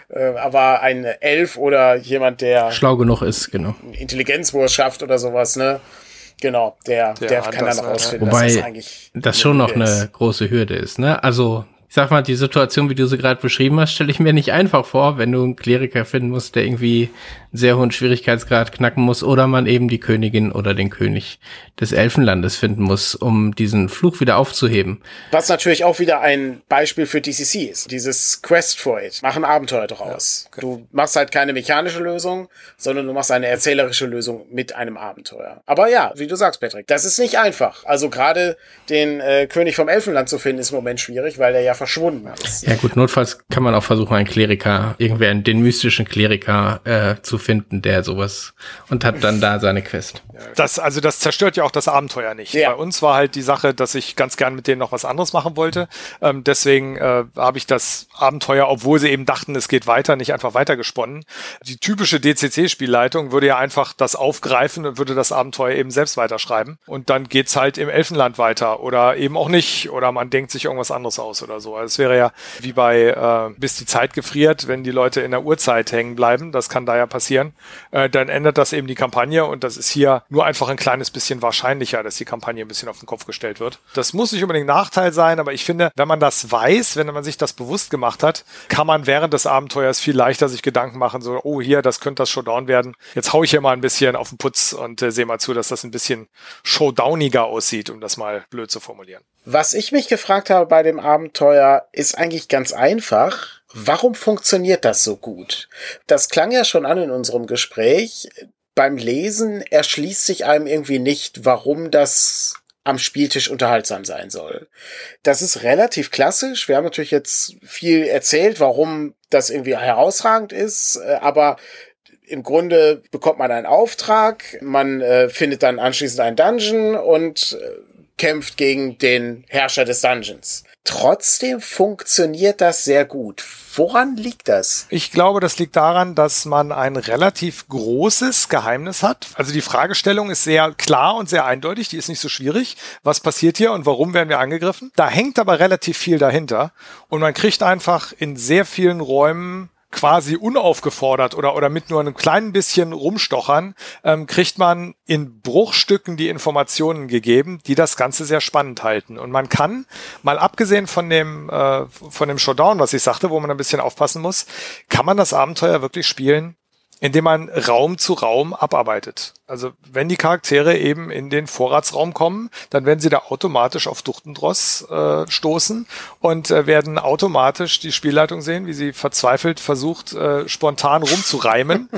Aber ein Elf oder jemand, der schlau genug ist, genau, Intelligenzwurf schafft oder sowas, ne? Genau, der kann dann rausfinden, wobei dass das eigentlich das schon noch eine große Hürde ist, ne? Also ich sag mal, die Situation, wie du sie gerade beschrieben hast, stelle ich mir nicht einfach vor, wenn du einen Kleriker finden musst, der irgendwie einen sehr hohen Schwierigkeitsgrad knacken muss, oder man eben die Königin oder den König des Elfenlandes finden muss, um diesen Fluch wieder aufzuheben. Was natürlich auch wieder ein Beispiel für DCC ist. Dieses Quest for It. Mach ein Abenteuer draus. Ja, okay. Du machst halt keine mechanische Lösung, sondern du machst eine erzählerische Lösung mit einem Abenteuer. Aber ja, wie du sagst, Patrick, das ist nicht einfach. Also gerade den König vom Elfenland zu finden, ist im Moment schwierig, weil der ja verschwunden ist. Ja gut, notfalls kann man auch versuchen, einen Kleriker, den mystischen Kleriker zu finden, der sowas, und hat dann da seine Quest. Das zerstört ja auch das Abenteuer nicht. Ja. Bei uns war halt die Sache, dass ich ganz gern mit denen noch was anderes machen wollte. Deswegen habe ich das Abenteuer, obwohl sie eben dachten, es geht weiter, nicht einfach weitergesponnen. Die typische DCC-Spielleitung würde ja einfach das aufgreifen und würde das Abenteuer eben selbst weiterschreiben. Und dann geht's halt im Elfenland weiter oder eben auch nicht. Oder man denkt sich irgendwas anderes aus oder so. Also es wäre ja wie bei bis die Zeit gefriert, wenn die Leute in der Uhrzeit hängen bleiben. Das kann da ja passieren. Dann ändert das eben die Kampagne und das ist hier nur einfach ein kleines bisschen wahrscheinlicher, dass die Kampagne ein bisschen auf den Kopf gestellt wird. Das muss nicht unbedingt ein Nachteil sein, aber ich finde, wenn man das weiß, wenn man sich das bewusst gemacht hat, kann man während des Abenteuers viel leichter sich Gedanken machen, so, oh hier, das könnte das Showdown werden. Jetzt hau ich hier mal ein bisschen auf den Putz und sehe mal zu, dass das ein bisschen showdowniger aussieht, um das mal blöd zu formulieren. Was ich mich gefragt habe bei dem Abenteuer, ist eigentlich ganz einfach. Warum funktioniert das so gut? Das klang ja schon an in unserem Gespräch. Beim Lesen erschließt sich einem irgendwie nicht, warum das am Spieltisch unterhaltsam sein soll. Das ist relativ klassisch. Wir haben natürlich jetzt viel erzählt, warum das irgendwie herausragend ist, aber im Grunde bekommt man einen Auftrag, man findet dann anschließend einen Dungeon und kämpft gegen den Herrscher des Dungeons. Trotzdem funktioniert das sehr gut. Woran liegt das? Ich glaube, das liegt daran, dass man ein relativ großes Geheimnis hat. Also die Fragestellung ist sehr klar und sehr eindeutig. Die ist nicht so schwierig. Was passiert hier und warum werden wir angegriffen? Da hängt aber relativ viel dahinter. Und man kriegt einfach in sehr vielen Räumen quasi unaufgefordert oder mit nur einem kleinen bisschen rumstochern, kriegt man in Bruchstücken die Informationen gegeben, die das Ganze sehr spannend halten. Und man kann, mal abgesehen von dem Showdown, was ich sagte, wo man ein bisschen aufpassen muss, kann man das Abenteuer wirklich spielen, indem man Raum zu Raum abarbeitet. Also wenn die Charaktere eben in den Vorratsraum kommen, dann werden sie da automatisch auf Duchtendross stoßen und werden automatisch die Spielleitung sehen, wie sie verzweifelt versucht, spontan rumzureimen.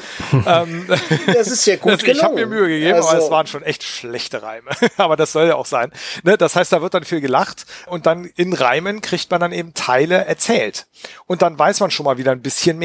Das ist ja gut gelungen. Ich habe mir Mühe gegeben, aber es waren schon echt schlechte Reime. Aber das soll ja auch sein. Ne? Das heißt, da wird dann viel gelacht und dann in Reimen kriegt man dann eben Teile erzählt. Und dann weiß man schon mal wieder ein bisschen mehr.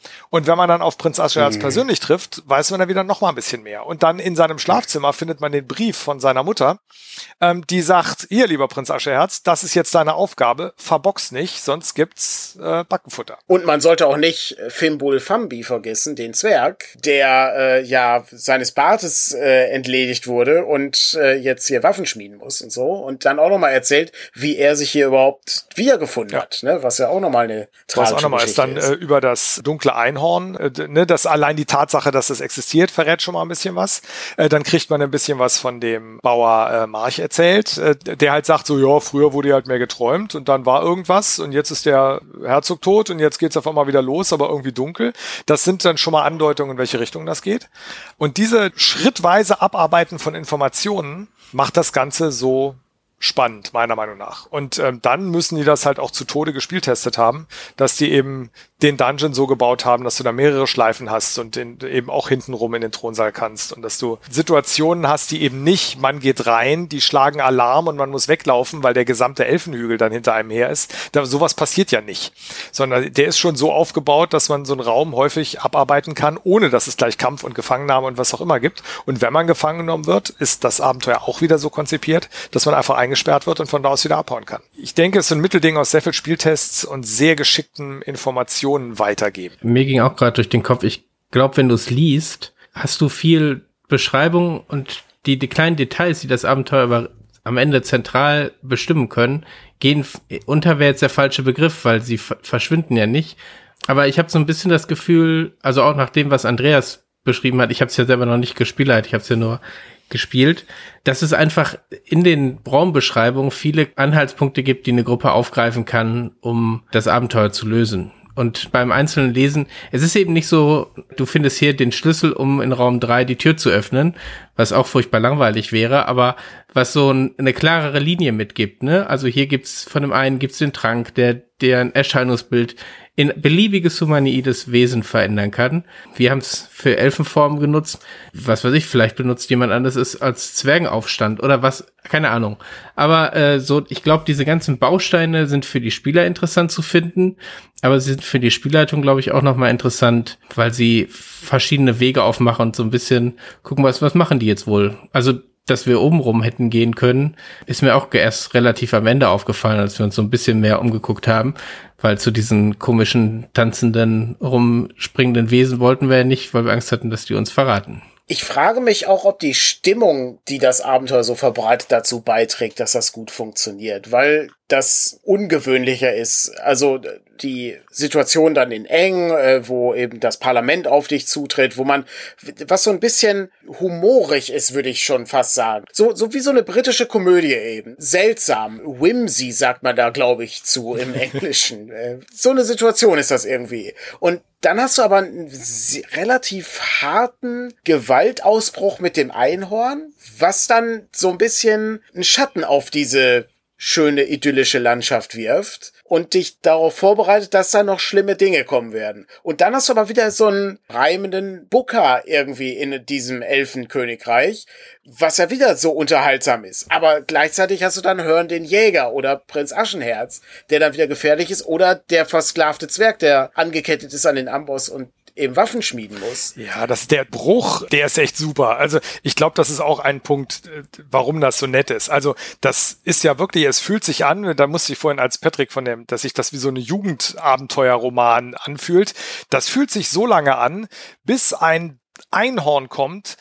Und wenn man dann auf Prinz Aschenherz persönlich trifft, weiß man dann wieder noch mal ein bisschen mehr. Und dann in seinem Schlafzimmer findet man den Brief von seiner Mutter, die sagt, hier, lieber Prinz Aschenherz, das ist jetzt deine Aufgabe, verbox nicht, sonst gibt's Backenfutter. Und man sollte auch nicht Fimbul Fambi vergessen, den Zwerg, der seines Bartes entledigt wurde und jetzt hier Waffen schmieden muss und so. Und dann auch nochmal erzählt, wie er sich hier überhaupt wiedergefunden hat, ne? Was ja auch nochmal eine tragische Geschichte ist. Dann über das dunkle Einhorn, das allein die Tatsache, dass es existiert, verrät schon mal ein bisschen was. Dann kriegt man ein bisschen was von dem Bauer March erzählt, der halt sagt so, ja, früher wurde halt mehr geträumt und dann war irgendwas und jetzt ist der Herzog tot und jetzt geht's auf einmal wieder los, aber irgendwie dunkel. Das sind dann schon mal Andeutungen, in welche Richtung das geht. Und diese schrittweise Abarbeiten von Informationen macht das Ganze so spannend, meiner Meinung nach. Und dann müssen die das halt auch zu Tode gespieltestet haben, dass die eben den Dungeon so gebaut haben, dass du da mehrere Schleifen hast und eben auch hintenrum in den Thronsaal kannst und dass du Situationen hast, die eben nicht, man geht rein, die schlagen Alarm und man muss weglaufen, weil der gesamte Elfenhügel dann hinter einem her ist. Sowas passiert ja nicht, sondern der ist schon so aufgebaut, dass man so einen Raum häufig abarbeiten kann, ohne dass es gleich Kampf und Gefangennahme und was auch immer gibt. Und wenn man gefangen genommen wird, ist das Abenteuer auch wieder so konzipiert, dass man einfach eingesperrt wird und von da aus wieder abhauen kann. Ich denke, es ist ein Mittelding aus sehr viel Spieltests und sehr geschickten Informationen weitergeben. Mir ging auch gerade durch den Kopf, ich glaube, wenn du es liest, hast du viel Beschreibung und die kleinen Details, die das Abenteuer am Ende zentral bestimmen können, gehen unter, wäre jetzt der falsche Begriff, weil sie verschwinden ja nicht. Aber ich habe so ein bisschen das Gefühl, also auch nach dem, was Andreas beschrieben hat, ich habe es ja selber noch nicht gespielt, ich habe es ja nur gespielt, dass es einfach in den Raumbeschreibungen viele Anhaltspunkte gibt, die eine Gruppe aufgreifen kann, um das Abenteuer zu lösen. Und beim einzelnen Lesen, es ist eben nicht so, du findest hier den Schlüssel, um in Raum 3 die Tür zu öffnen, was auch furchtbar langweilig wäre, aber was so eine klarere Linie mitgibt, ne? Also hier gibt's, von dem einen gibt's den Trank, der ein Erscheinungsbild in beliebiges humanoides Wesen verändern kann. Wir haben es für Elfenformen genutzt. Was weiß ich, vielleicht benutzt jemand anderes es als Zwergenaufstand oder was, keine Ahnung. Aber ich glaube, diese ganzen Bausteine sind für die Spieler interessant zu finden, aber sie sind für die Spielleitung, glaube ich, auch nochmal interessant, weil sie verschiedene Wege aufmachen und so ein bisschen gucken, was machen die jetzt wohl? Also, dass wir obenrum hätten gehen können, ist mir auch erst relativ am Ende aufgefallen, als wir uns so ein bisschen mehr umgeguckt haben, weil zu diesen komischen, tanzenden, rumspringenden Wesen wollten wir ja nicht, weil wir Angst hatten, dass die uns verraten. Ich frage mich auch, ob die Stimmung, die das Abenteuer so verbreitet, dazu beiträgt, dass das gut funktioniert, weil das ungewöhnlicher ist. Also die Situation dann in Eng, wo eben das Parlament auf dich zutritt, was so ein bisschen humorig ist, würde ich schon fast sagen. So wie so eine britische Komödie eben. Seltsam. Whimsy sagt man da, glaube ich, zu im Englischen. So eine Situation ist das irgendwie. Und dann hast du aber einen relativ harten Gewaltausbruch mit dem Einhorn, was dann so ein bisschen einen Schatten auf diese schöne idyllische Landschaft wirft und dich darauf vorbereitet, dass da noch schlimme Dinge kommen werden. Und dann hast du aber wieder so einen reimenden Booker irgendwie in diesem Elfenkönigreich, was ja wieder so unterhaltsam ist. Aber gleichzeitig hast du dann Hörn den Jäger oder Prinz Aschenherz, der dann wieder gefährlich ist, oder der versklavte Zwerg, der angekettet ist an den Amboss und eben Waffen schmieden muss. Ja, der Bruch, der ist echt super. Also ich glaube, das ist auch ein Punkt, warum das so nett ist. Also das ist ja wirklich, es fühlt sich an, da musste ich vorhin als Patrick dass sich das wie so eine Jugendabenteuerroman anfühlt. Das fühlt sich so lange an, bis ein Einhorn kommt,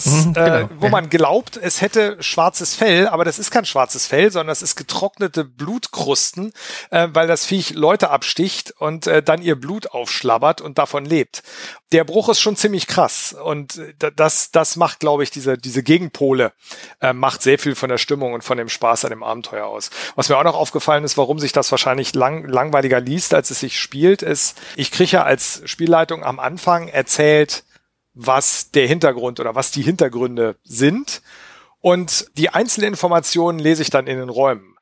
wo man glaubt, es hätte schwarzes Fell, aber das ist kein schwarzes Fell, sondern das ist getrocknete Blutkrusten, weil das Viech Leute absticht und dann ihr Blut aufschlabbert und davon lebt. Der Bruch ist schon ziemlich krass und das macht, glaube ich, diese Gegenpole, macht sehr viel von der Stimmung und von dem Spaß an dem Abenteuer aus. Was mir auch noch aufgefallen ist, warum sich das wahrscheinlich langweiliger liest, als es sich spielt, ist, ich kriege ja als Spielleitung am Anfang erzählt, was der Hintergrund oder was die Hintergründe sind. Und die einzelnen Informationen lese ich dann in den Räumen.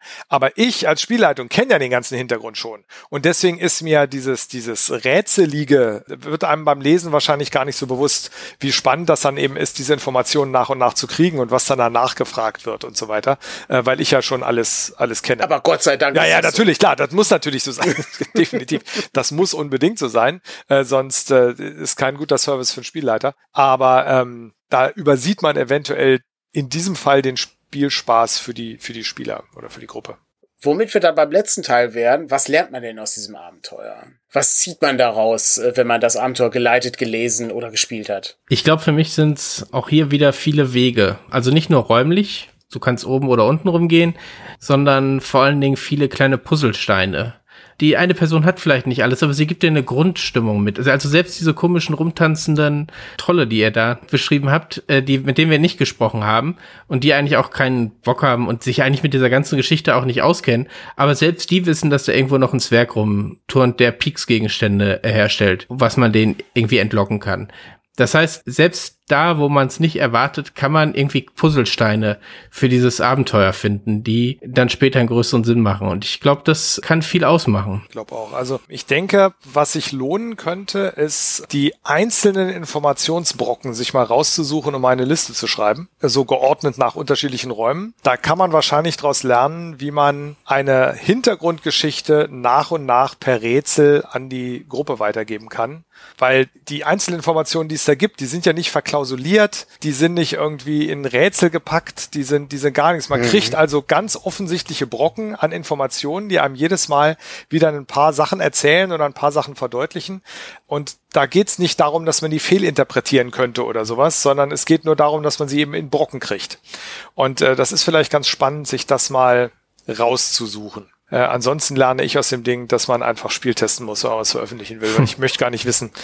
Aber ich als Spielleitung kenne ja den ganzen Hintergrund schon. Und deswegen ist mir dieses Rätselige, wird einem beim Lesen wahrscheinlich gar nicht so bewusst, wie spannend das dann eben ist, diese Informationen nach und nach zu kriegen und was dann danach gefragt wird und so weiter, weil ich ja schon alles kenne. Aber Gott sei Dank. Ja, natürlich, klar, das muss natürlich so sein. Definitiv. Das muss unbedingt so sein, sonst ist kein guter Service für einen Spielleiter. Aber da übersieht man eventuell in diesem Fall den Spielspaß für die Spieler oder für die Gruppe. Womit wir dann beim letzten Teil wären, was lernt man denn aus diesem Abenteuer? Was zieht man daraus, wenn man das Abenteuer geleitet, gelesen oder gespielt hat? Ich glaube, für mich sind es auch hier wieder viele Wege. Also nicht nur räumlich, du kannst oben oder unten rumgehen, sondern vor allen Dingen viele kleine Puzzlesteine. Die eine Person hat vielleicht nicht alles, aber sie gibt dir eine Grundstimmung mit. Also selbst diese komischen rumtanzenden Trolle, die ihr da beschrieben habt, mit denen wir nicht gesprochen haben und die eigentlich auch keinen Bock haben und sich eigentlich mit dieser ganzen Geschichte auch nicht auskennen, aber selbst die wissen, dass da irgendwo noch ein Zwerg rumturnt, der Pieksgegenstände herstellt, was man denen irgendwie entlocken kann. Das heißt, selbst da, wo man es nicht erwartet, kann man irgendwie Puzzlesteine für dieses Abenteuer finden, die dann später einen größeren Sinn machen. Und ich glaube, das kann viel ausmachen. Ich glaube auch. Also ich denke, was sich lohnen könnte, ist, die einzelnen Informationsbrocken sich mal rauszusuchen, um eine Liste zu schreiben, so geordnet nach unterschiedlichen Räumen. Da kann man wahrscheinlich daraus lernen, wie man eine Hintergrundgeschichte nach und nach per Rätsel an die Gruppe weitergeben kann. Weil die Einzelinformationen, die es da gibt, die sind ja nicht verklausuliert, die sind nicht irgendwie in Rätsel gepackt, die sind gar nichts. Man kriegt also ganz offensichtliche Brocken an Informationen, die einem jedes Mal wieder ein paar Sachen erzählen oder ein paar Sachen verdeutlichen. Und da geht's nicht darum, dass man die fehlinterpretieren könnte oder sowas, sondern es geht nur darum, dass man sie eben in Brocken kriegt. Und das ist vielleicht ganz spannend, sich das mal rauszusuchen. Ansonsten lerne ich aus dem Ding, dass man einfach Spiel testen muss, wenn man was veröffentlichen will. Und ich möchte gar nicht wissen,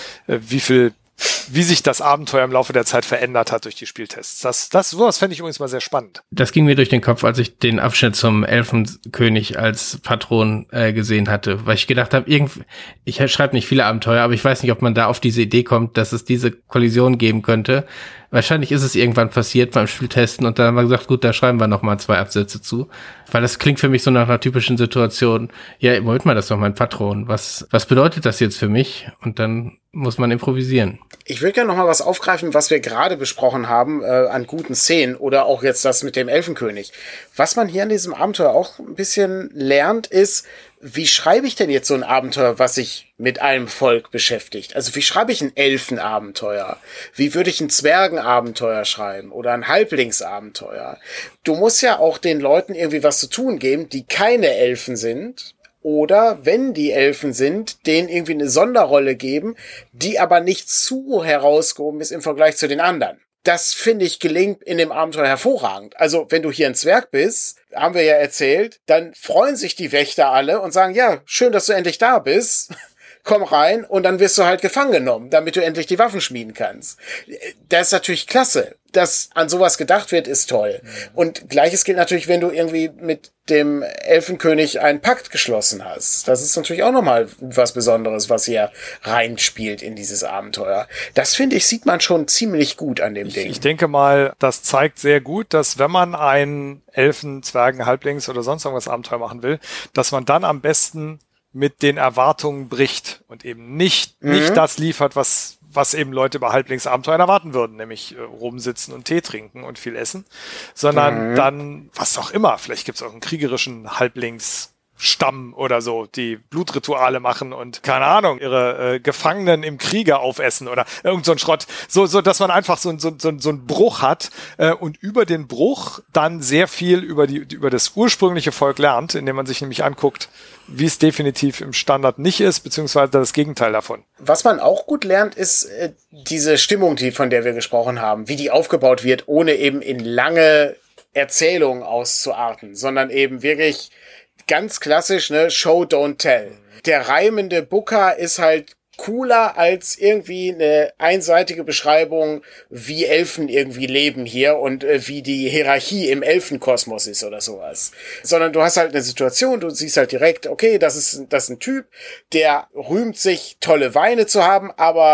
wie sich das Abenteuer im Laufe der Zeit verändert hat durch die Spieltests. Sowas fände ich übrigens mal sehr spannend. Das ging mir durch den Kopf, als ich den Abschnitt zum Elfenkönig als Patron gesehen hatte, weil ich gedacht habe, ich schreibe nicht viele Abenteuer, aber ich weiß nicht, ob man da auf diese Idee kommt, dass es diese Kollision geben könnte. Wahrscheinlich ist es irgendwann passiert beim Spieltesten und dann haben wir gesagt, gut, da schreiben wir nochmal 2 Absätze zu. Weil das klingt für mich so nach einer typischen Situation, ja, wollt mal das doch, mein Patron. Was bedeutet das jetzt für mich? Und dann muss man improvisieren. Ich will gerne noch mal was aufgreifen, was wir gerade besprochen haben an guten Szenen oder auch jetzt das mit dem Elfenkönig. Was man hier an diesem Abenteuer auch ein bisschen lernt, ist, wie schreibe ich denn jetzt so ein Abenteuer, was sich mit einem Volk beschäftigt? Also wie schreibe ich ein Elfenabenteuer? Wie würde ich ein Zwergenabenteuer schreiben oder ein Halblingsabenteuer? Du musst ja auch den Leuten irgendwie was zu tun geben, die keine Elfen sind. Oder, wenn die Elfen sind, denen irgendwie eine Sonderrolle geben, die aber nicht zu herausgehoben ist im Vergleich zu den anderen. Das, finde ich, gelingt in dem Abenteuer hervorragend. Also, wenn du hier ein Zwerg bist, haben wir ja erzählt, dann freuen sich die Wächter alle und sagen, ja, schön, dass du endlich da bist. Komm rein und dann wirst du halt gefangen genommen, damit du endlich die Waffen schmieden kannst. Das ist natürlich klasse. Dass an sowas gedacht wird, ist toll. Und Gleiches gilt natürlich, wenn du irgendwie mit dem Elfenkönig einen Pakt geschlossen hast. Das ist natürlich auch nochmal was Besonderes, was hier reinspielt in dieses Abenteuer. Das, finde ich, sieht man schon ziemlich gut an dem Ding. Ich denke mal, das zeigt sehr gut, dass wenn man ein Elfen-, Zwergen-, Halblings- oder sonst irgendwas Abenteuer machen will, dass man dann am besten mit den Erwartungen bricht und eben nicht das liefert, was eben Leute bei Halblingsabenteuern erwarten würden, nämlich rumsitzen und Tee trinken und viel essen, sondern dann, was auch immer, vielleicht gibt es auch einen kriegerischen Halblingsstamm oder so, die Blutrituale machen und, keine Ahnung, ihre Gefangenen im Kriege aufessen oder irgend so ein Schrott, so dass man einfach so einen Bruch hat und über den Bruch dann sehr viel über das ursprüngliche Volk lernt, indem man sich nämlich anguckt, wie es definitiv im Standard nicht ist, beziehungsweise das Gegenteil davon. Was man auch gut lernt, ist diese Stimmung, von der wir gesprochen haben, wie die aufgebaut wird, ohne eben in lange Erzählungen auszuarten, sondern eben wirklich ganz klassisch, ne, Show, don't tell. Der reimende Booker ist halt cooler als irgendwie eine einseitige Beschreibung, wie Elfen irgendwie leben hier und wie die Hierarchie im Elfenkosmos ist oder sowas. Sondern du hast halt eine Situation, du siehst halt direkt, okay, das ist ein Typ, der rühmt sich, tolle Weine zu haben, aber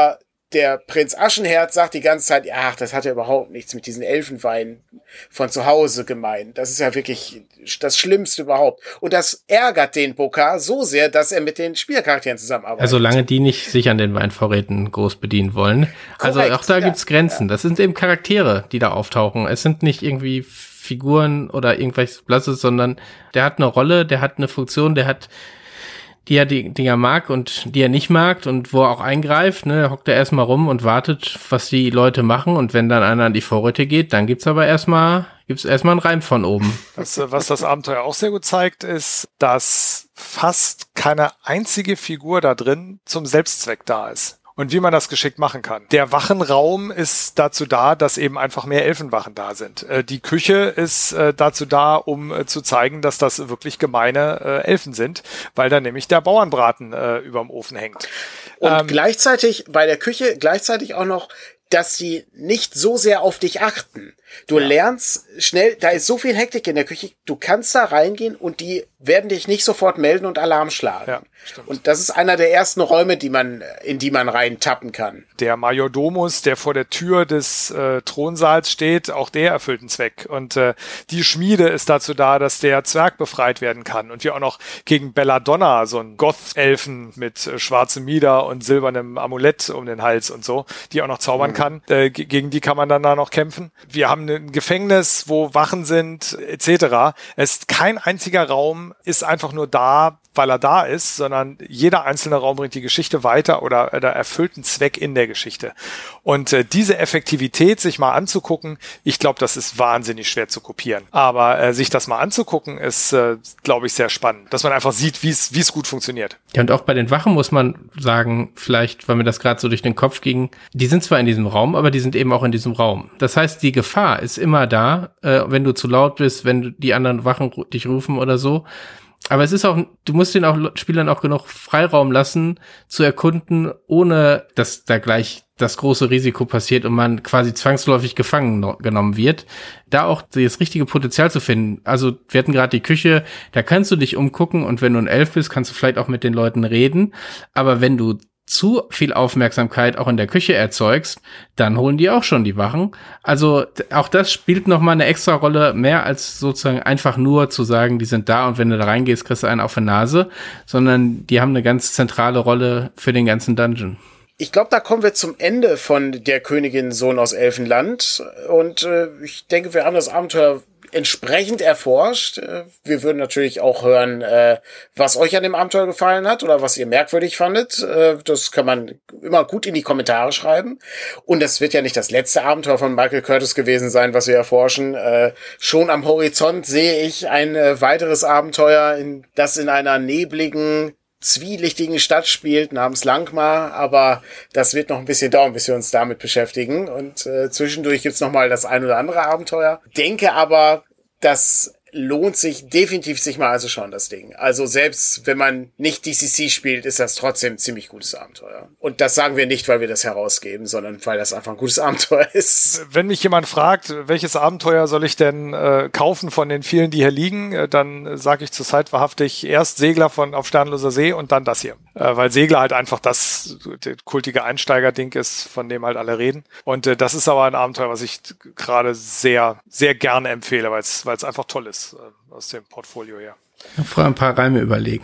der Prinz Aschenherz sagt die ganze Zeit, ach, das hat ja überhaupt nichts mit diesen Elfenwein von zu Hause gemein. Das ist ja wirklich das Schlimmste überhaupt. Und das ärgert den Bokar so sehr, dass er mit den Spielcharakteren zusammenarbeitet. Also solange die nicht sich an den Weinvorräten groß bedienen wollen. Korrekt, also auch da gibt's Grenzen. Ja. Das sind eben Charaktere, die da auftauchen. Es sind nicht irgendwie Figuren oder irgendwelches Blasses, sondern der hat eine Rolle, der hat eine Funktion, der hat die er die Dinger mag und die er nicht mag und wo er auch eingreift, ne, hockt er erstmal rum und wartet, was die Leute machen, und wenn dann einer an die Vorräte geht, dann gibt's erstmal einen Reim von oben. Was das Abenteuer auch sehr gut zeigt, ist, dass fast keine einzige Figur da drin zum Selbstzweck da ist. Und wie man das geschickt machen kann. Der Wachenraum ist dazu da, dass eben einfach mehr Elfenwachen da sind. Die Küche ist dazu da, um zu zeigen, dass das wirklich gemeine Elfen sind, weil da nämlich der Bauernbraten überm Ofen hängt. Und gleichzeitig bei der Küche auch noch, dass sie nicht so sehr auf dich achten. Du lernst schnell, da ist so viel Hektik in der Küche, du kannst da reingehen und die werden dich nicht sofort melden und Alarm schlagen. Ja, stimmt. Und das ist einer der ersten Räume, in die man reintappen kann. Der Majordomus, der vor der Tür des Thronsaals steht, auch der erfüllt einen Zweck. Und die Schmiede ist dazu da, dass der Zwerg befreit werden kann. Und wir auch noch gegen Belladonna, so ein Goth-Elfen mit schwarzem Mieder und silbernem Amulett um den Hals und so, die auch noch zaubern kann. Gegen die kann man dann da noch kämpfen. Wir haben ein Gefängnis, wo Wachen sind, etc. Kein einziger Raum ist einfach nur da, weil er da ist, sondern jeder einzelne Raum bringt die Geschichte weiter oder erfüllt einen Zweck in der Geschichte. Und diese Effektivität sich mal anzugucken, ich glaube, das ist wahnsinnig schwer zu kopieren. Aber sich das mal anzugucken, ist, glaube ich, sehr spannend, dass man einfach sieht, wie es gut funktioniert. Ja, und auch bei den Wachen muss man sagen, vielleicht, weil mir das gerade so durch den Kopf ging, die sind zwar in diesem Raum, aber die sind eben auch in diesem Raum. Das heißt, die Gefahr ist immer da, wenn du zu laut bist, wenn die anderen Wachen dich rufen oder so. Aber es ist auch, du musst den Spielern auch genug Freiraum lassen, zu erkunden, ohne dass da gleich das große Risiko passiert und man quasi zwangsläufig gefangen genommen wird. Da auch das richtige Potenzial zu finden. Also wir hatten gerade die Küche, da kannst du dich umgucken, und wenn du ein Elf bist, kannst du vielleicht auch mit den Leuten reden. Aber wenn du zu viel Aufmerksamkeit auch in der Küche erzeugst, dann holen die auch schon die Wachen. Also auch das spielt nochmal eine extra Rolle, mehr als sozusagen einfach nur zu sagen, die sind da und wenn du da reingehst, kriegst du einen auf die Nase, sondern die haben eine ganz zentrale Rolle für den ganzen Dungeon. Ich glaube, da kommen wir zum Ende von der Königin Sohn aus Elfenland, und ich denke, wir haben das Abenteuer entsprechend erforscht. Wir würden natürlich auch hören, was euch an dem Abenteuer gefallen hat oder was ihr merkwürdig fandet. Das kann man immer gut in die Kommentare schreiben. Und das wird ja nicht das letzte Abenteuer von Michael Curtis gewesen sein, was wir erforschen. Schon am Horizont sehe ich ein weiteres Abenteuer, das in einer nebligen, zwielichtigen Stadt spielt, namens Langmar, aber das wird noch ein bisschen dauern, bis wir uns damit beschäftigen, und zwischendurch gibt's noch mal das ein oder andere Abenteuer. Denke aber, das lohnt sich definitiv sich mal schon, das Ding. Also selbst wenn man nicht DCC spielt, ist das trotzdem ein ziemlich gutes Abenteuer. Und das sagen wir nicht, weil wir das herausgeben, sondern weil das einfach ein gutes Abenteuer ist. Wenn mich jemand fragt, welches Abenteuer soll ich denn kaufen von den vielen, die hier liegen, dann sage ich zurzeit wahrhaftig erst Segler auf Sternloser See und dann das hier. Weil Segler halt einfach das kultige Einsteiger-Ding ist, von dem halt alle reden. Und das ist aber ein Abenteuer, was ich gerade sehr, sehr gerne empfehle, weil es einfach toll ist aus dem Portfolio her. Vorher ein paar Reime überlegen.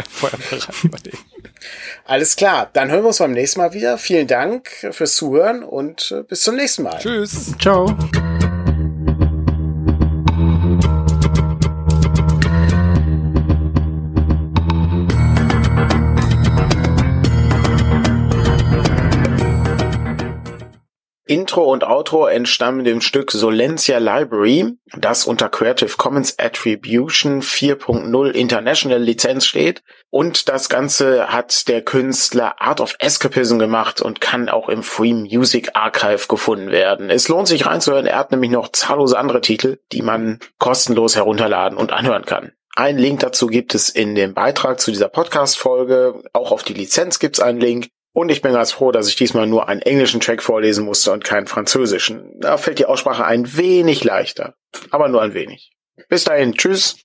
Alles klar, dann hören wir uns beim nächsten Mal wieder. Vielen Dank fürs Zuhören und bis zum nächsten Mal. Tschüss. Ciao. Intro und Outro entstammen dem Stück Solencia Library, das unter Creative Commons Attribution 4.0 International Lizenz steht. Und das Ganze hat der Künstler Art of Escapism gemacht und kann auch im Free Music Archive gefunden werden. Es lohnt sich reinzuhören, er hat nämlich noch zahllose andere Titel, die man kostenlos herunterladen und anhören kann. Einen Link dazu gibt es in dem Beitrag zu dieser Podcast-Folge. Auch auf die Lizenz gibt es einen Link. Und ich bin ganz froh, dass ich diesmal nur einen englischen Track vorlesen musste und keinen französischen. Da fällt die Aussprache ein wenig leichter. Aber nur ein wenig. Bis dahin, tschüss.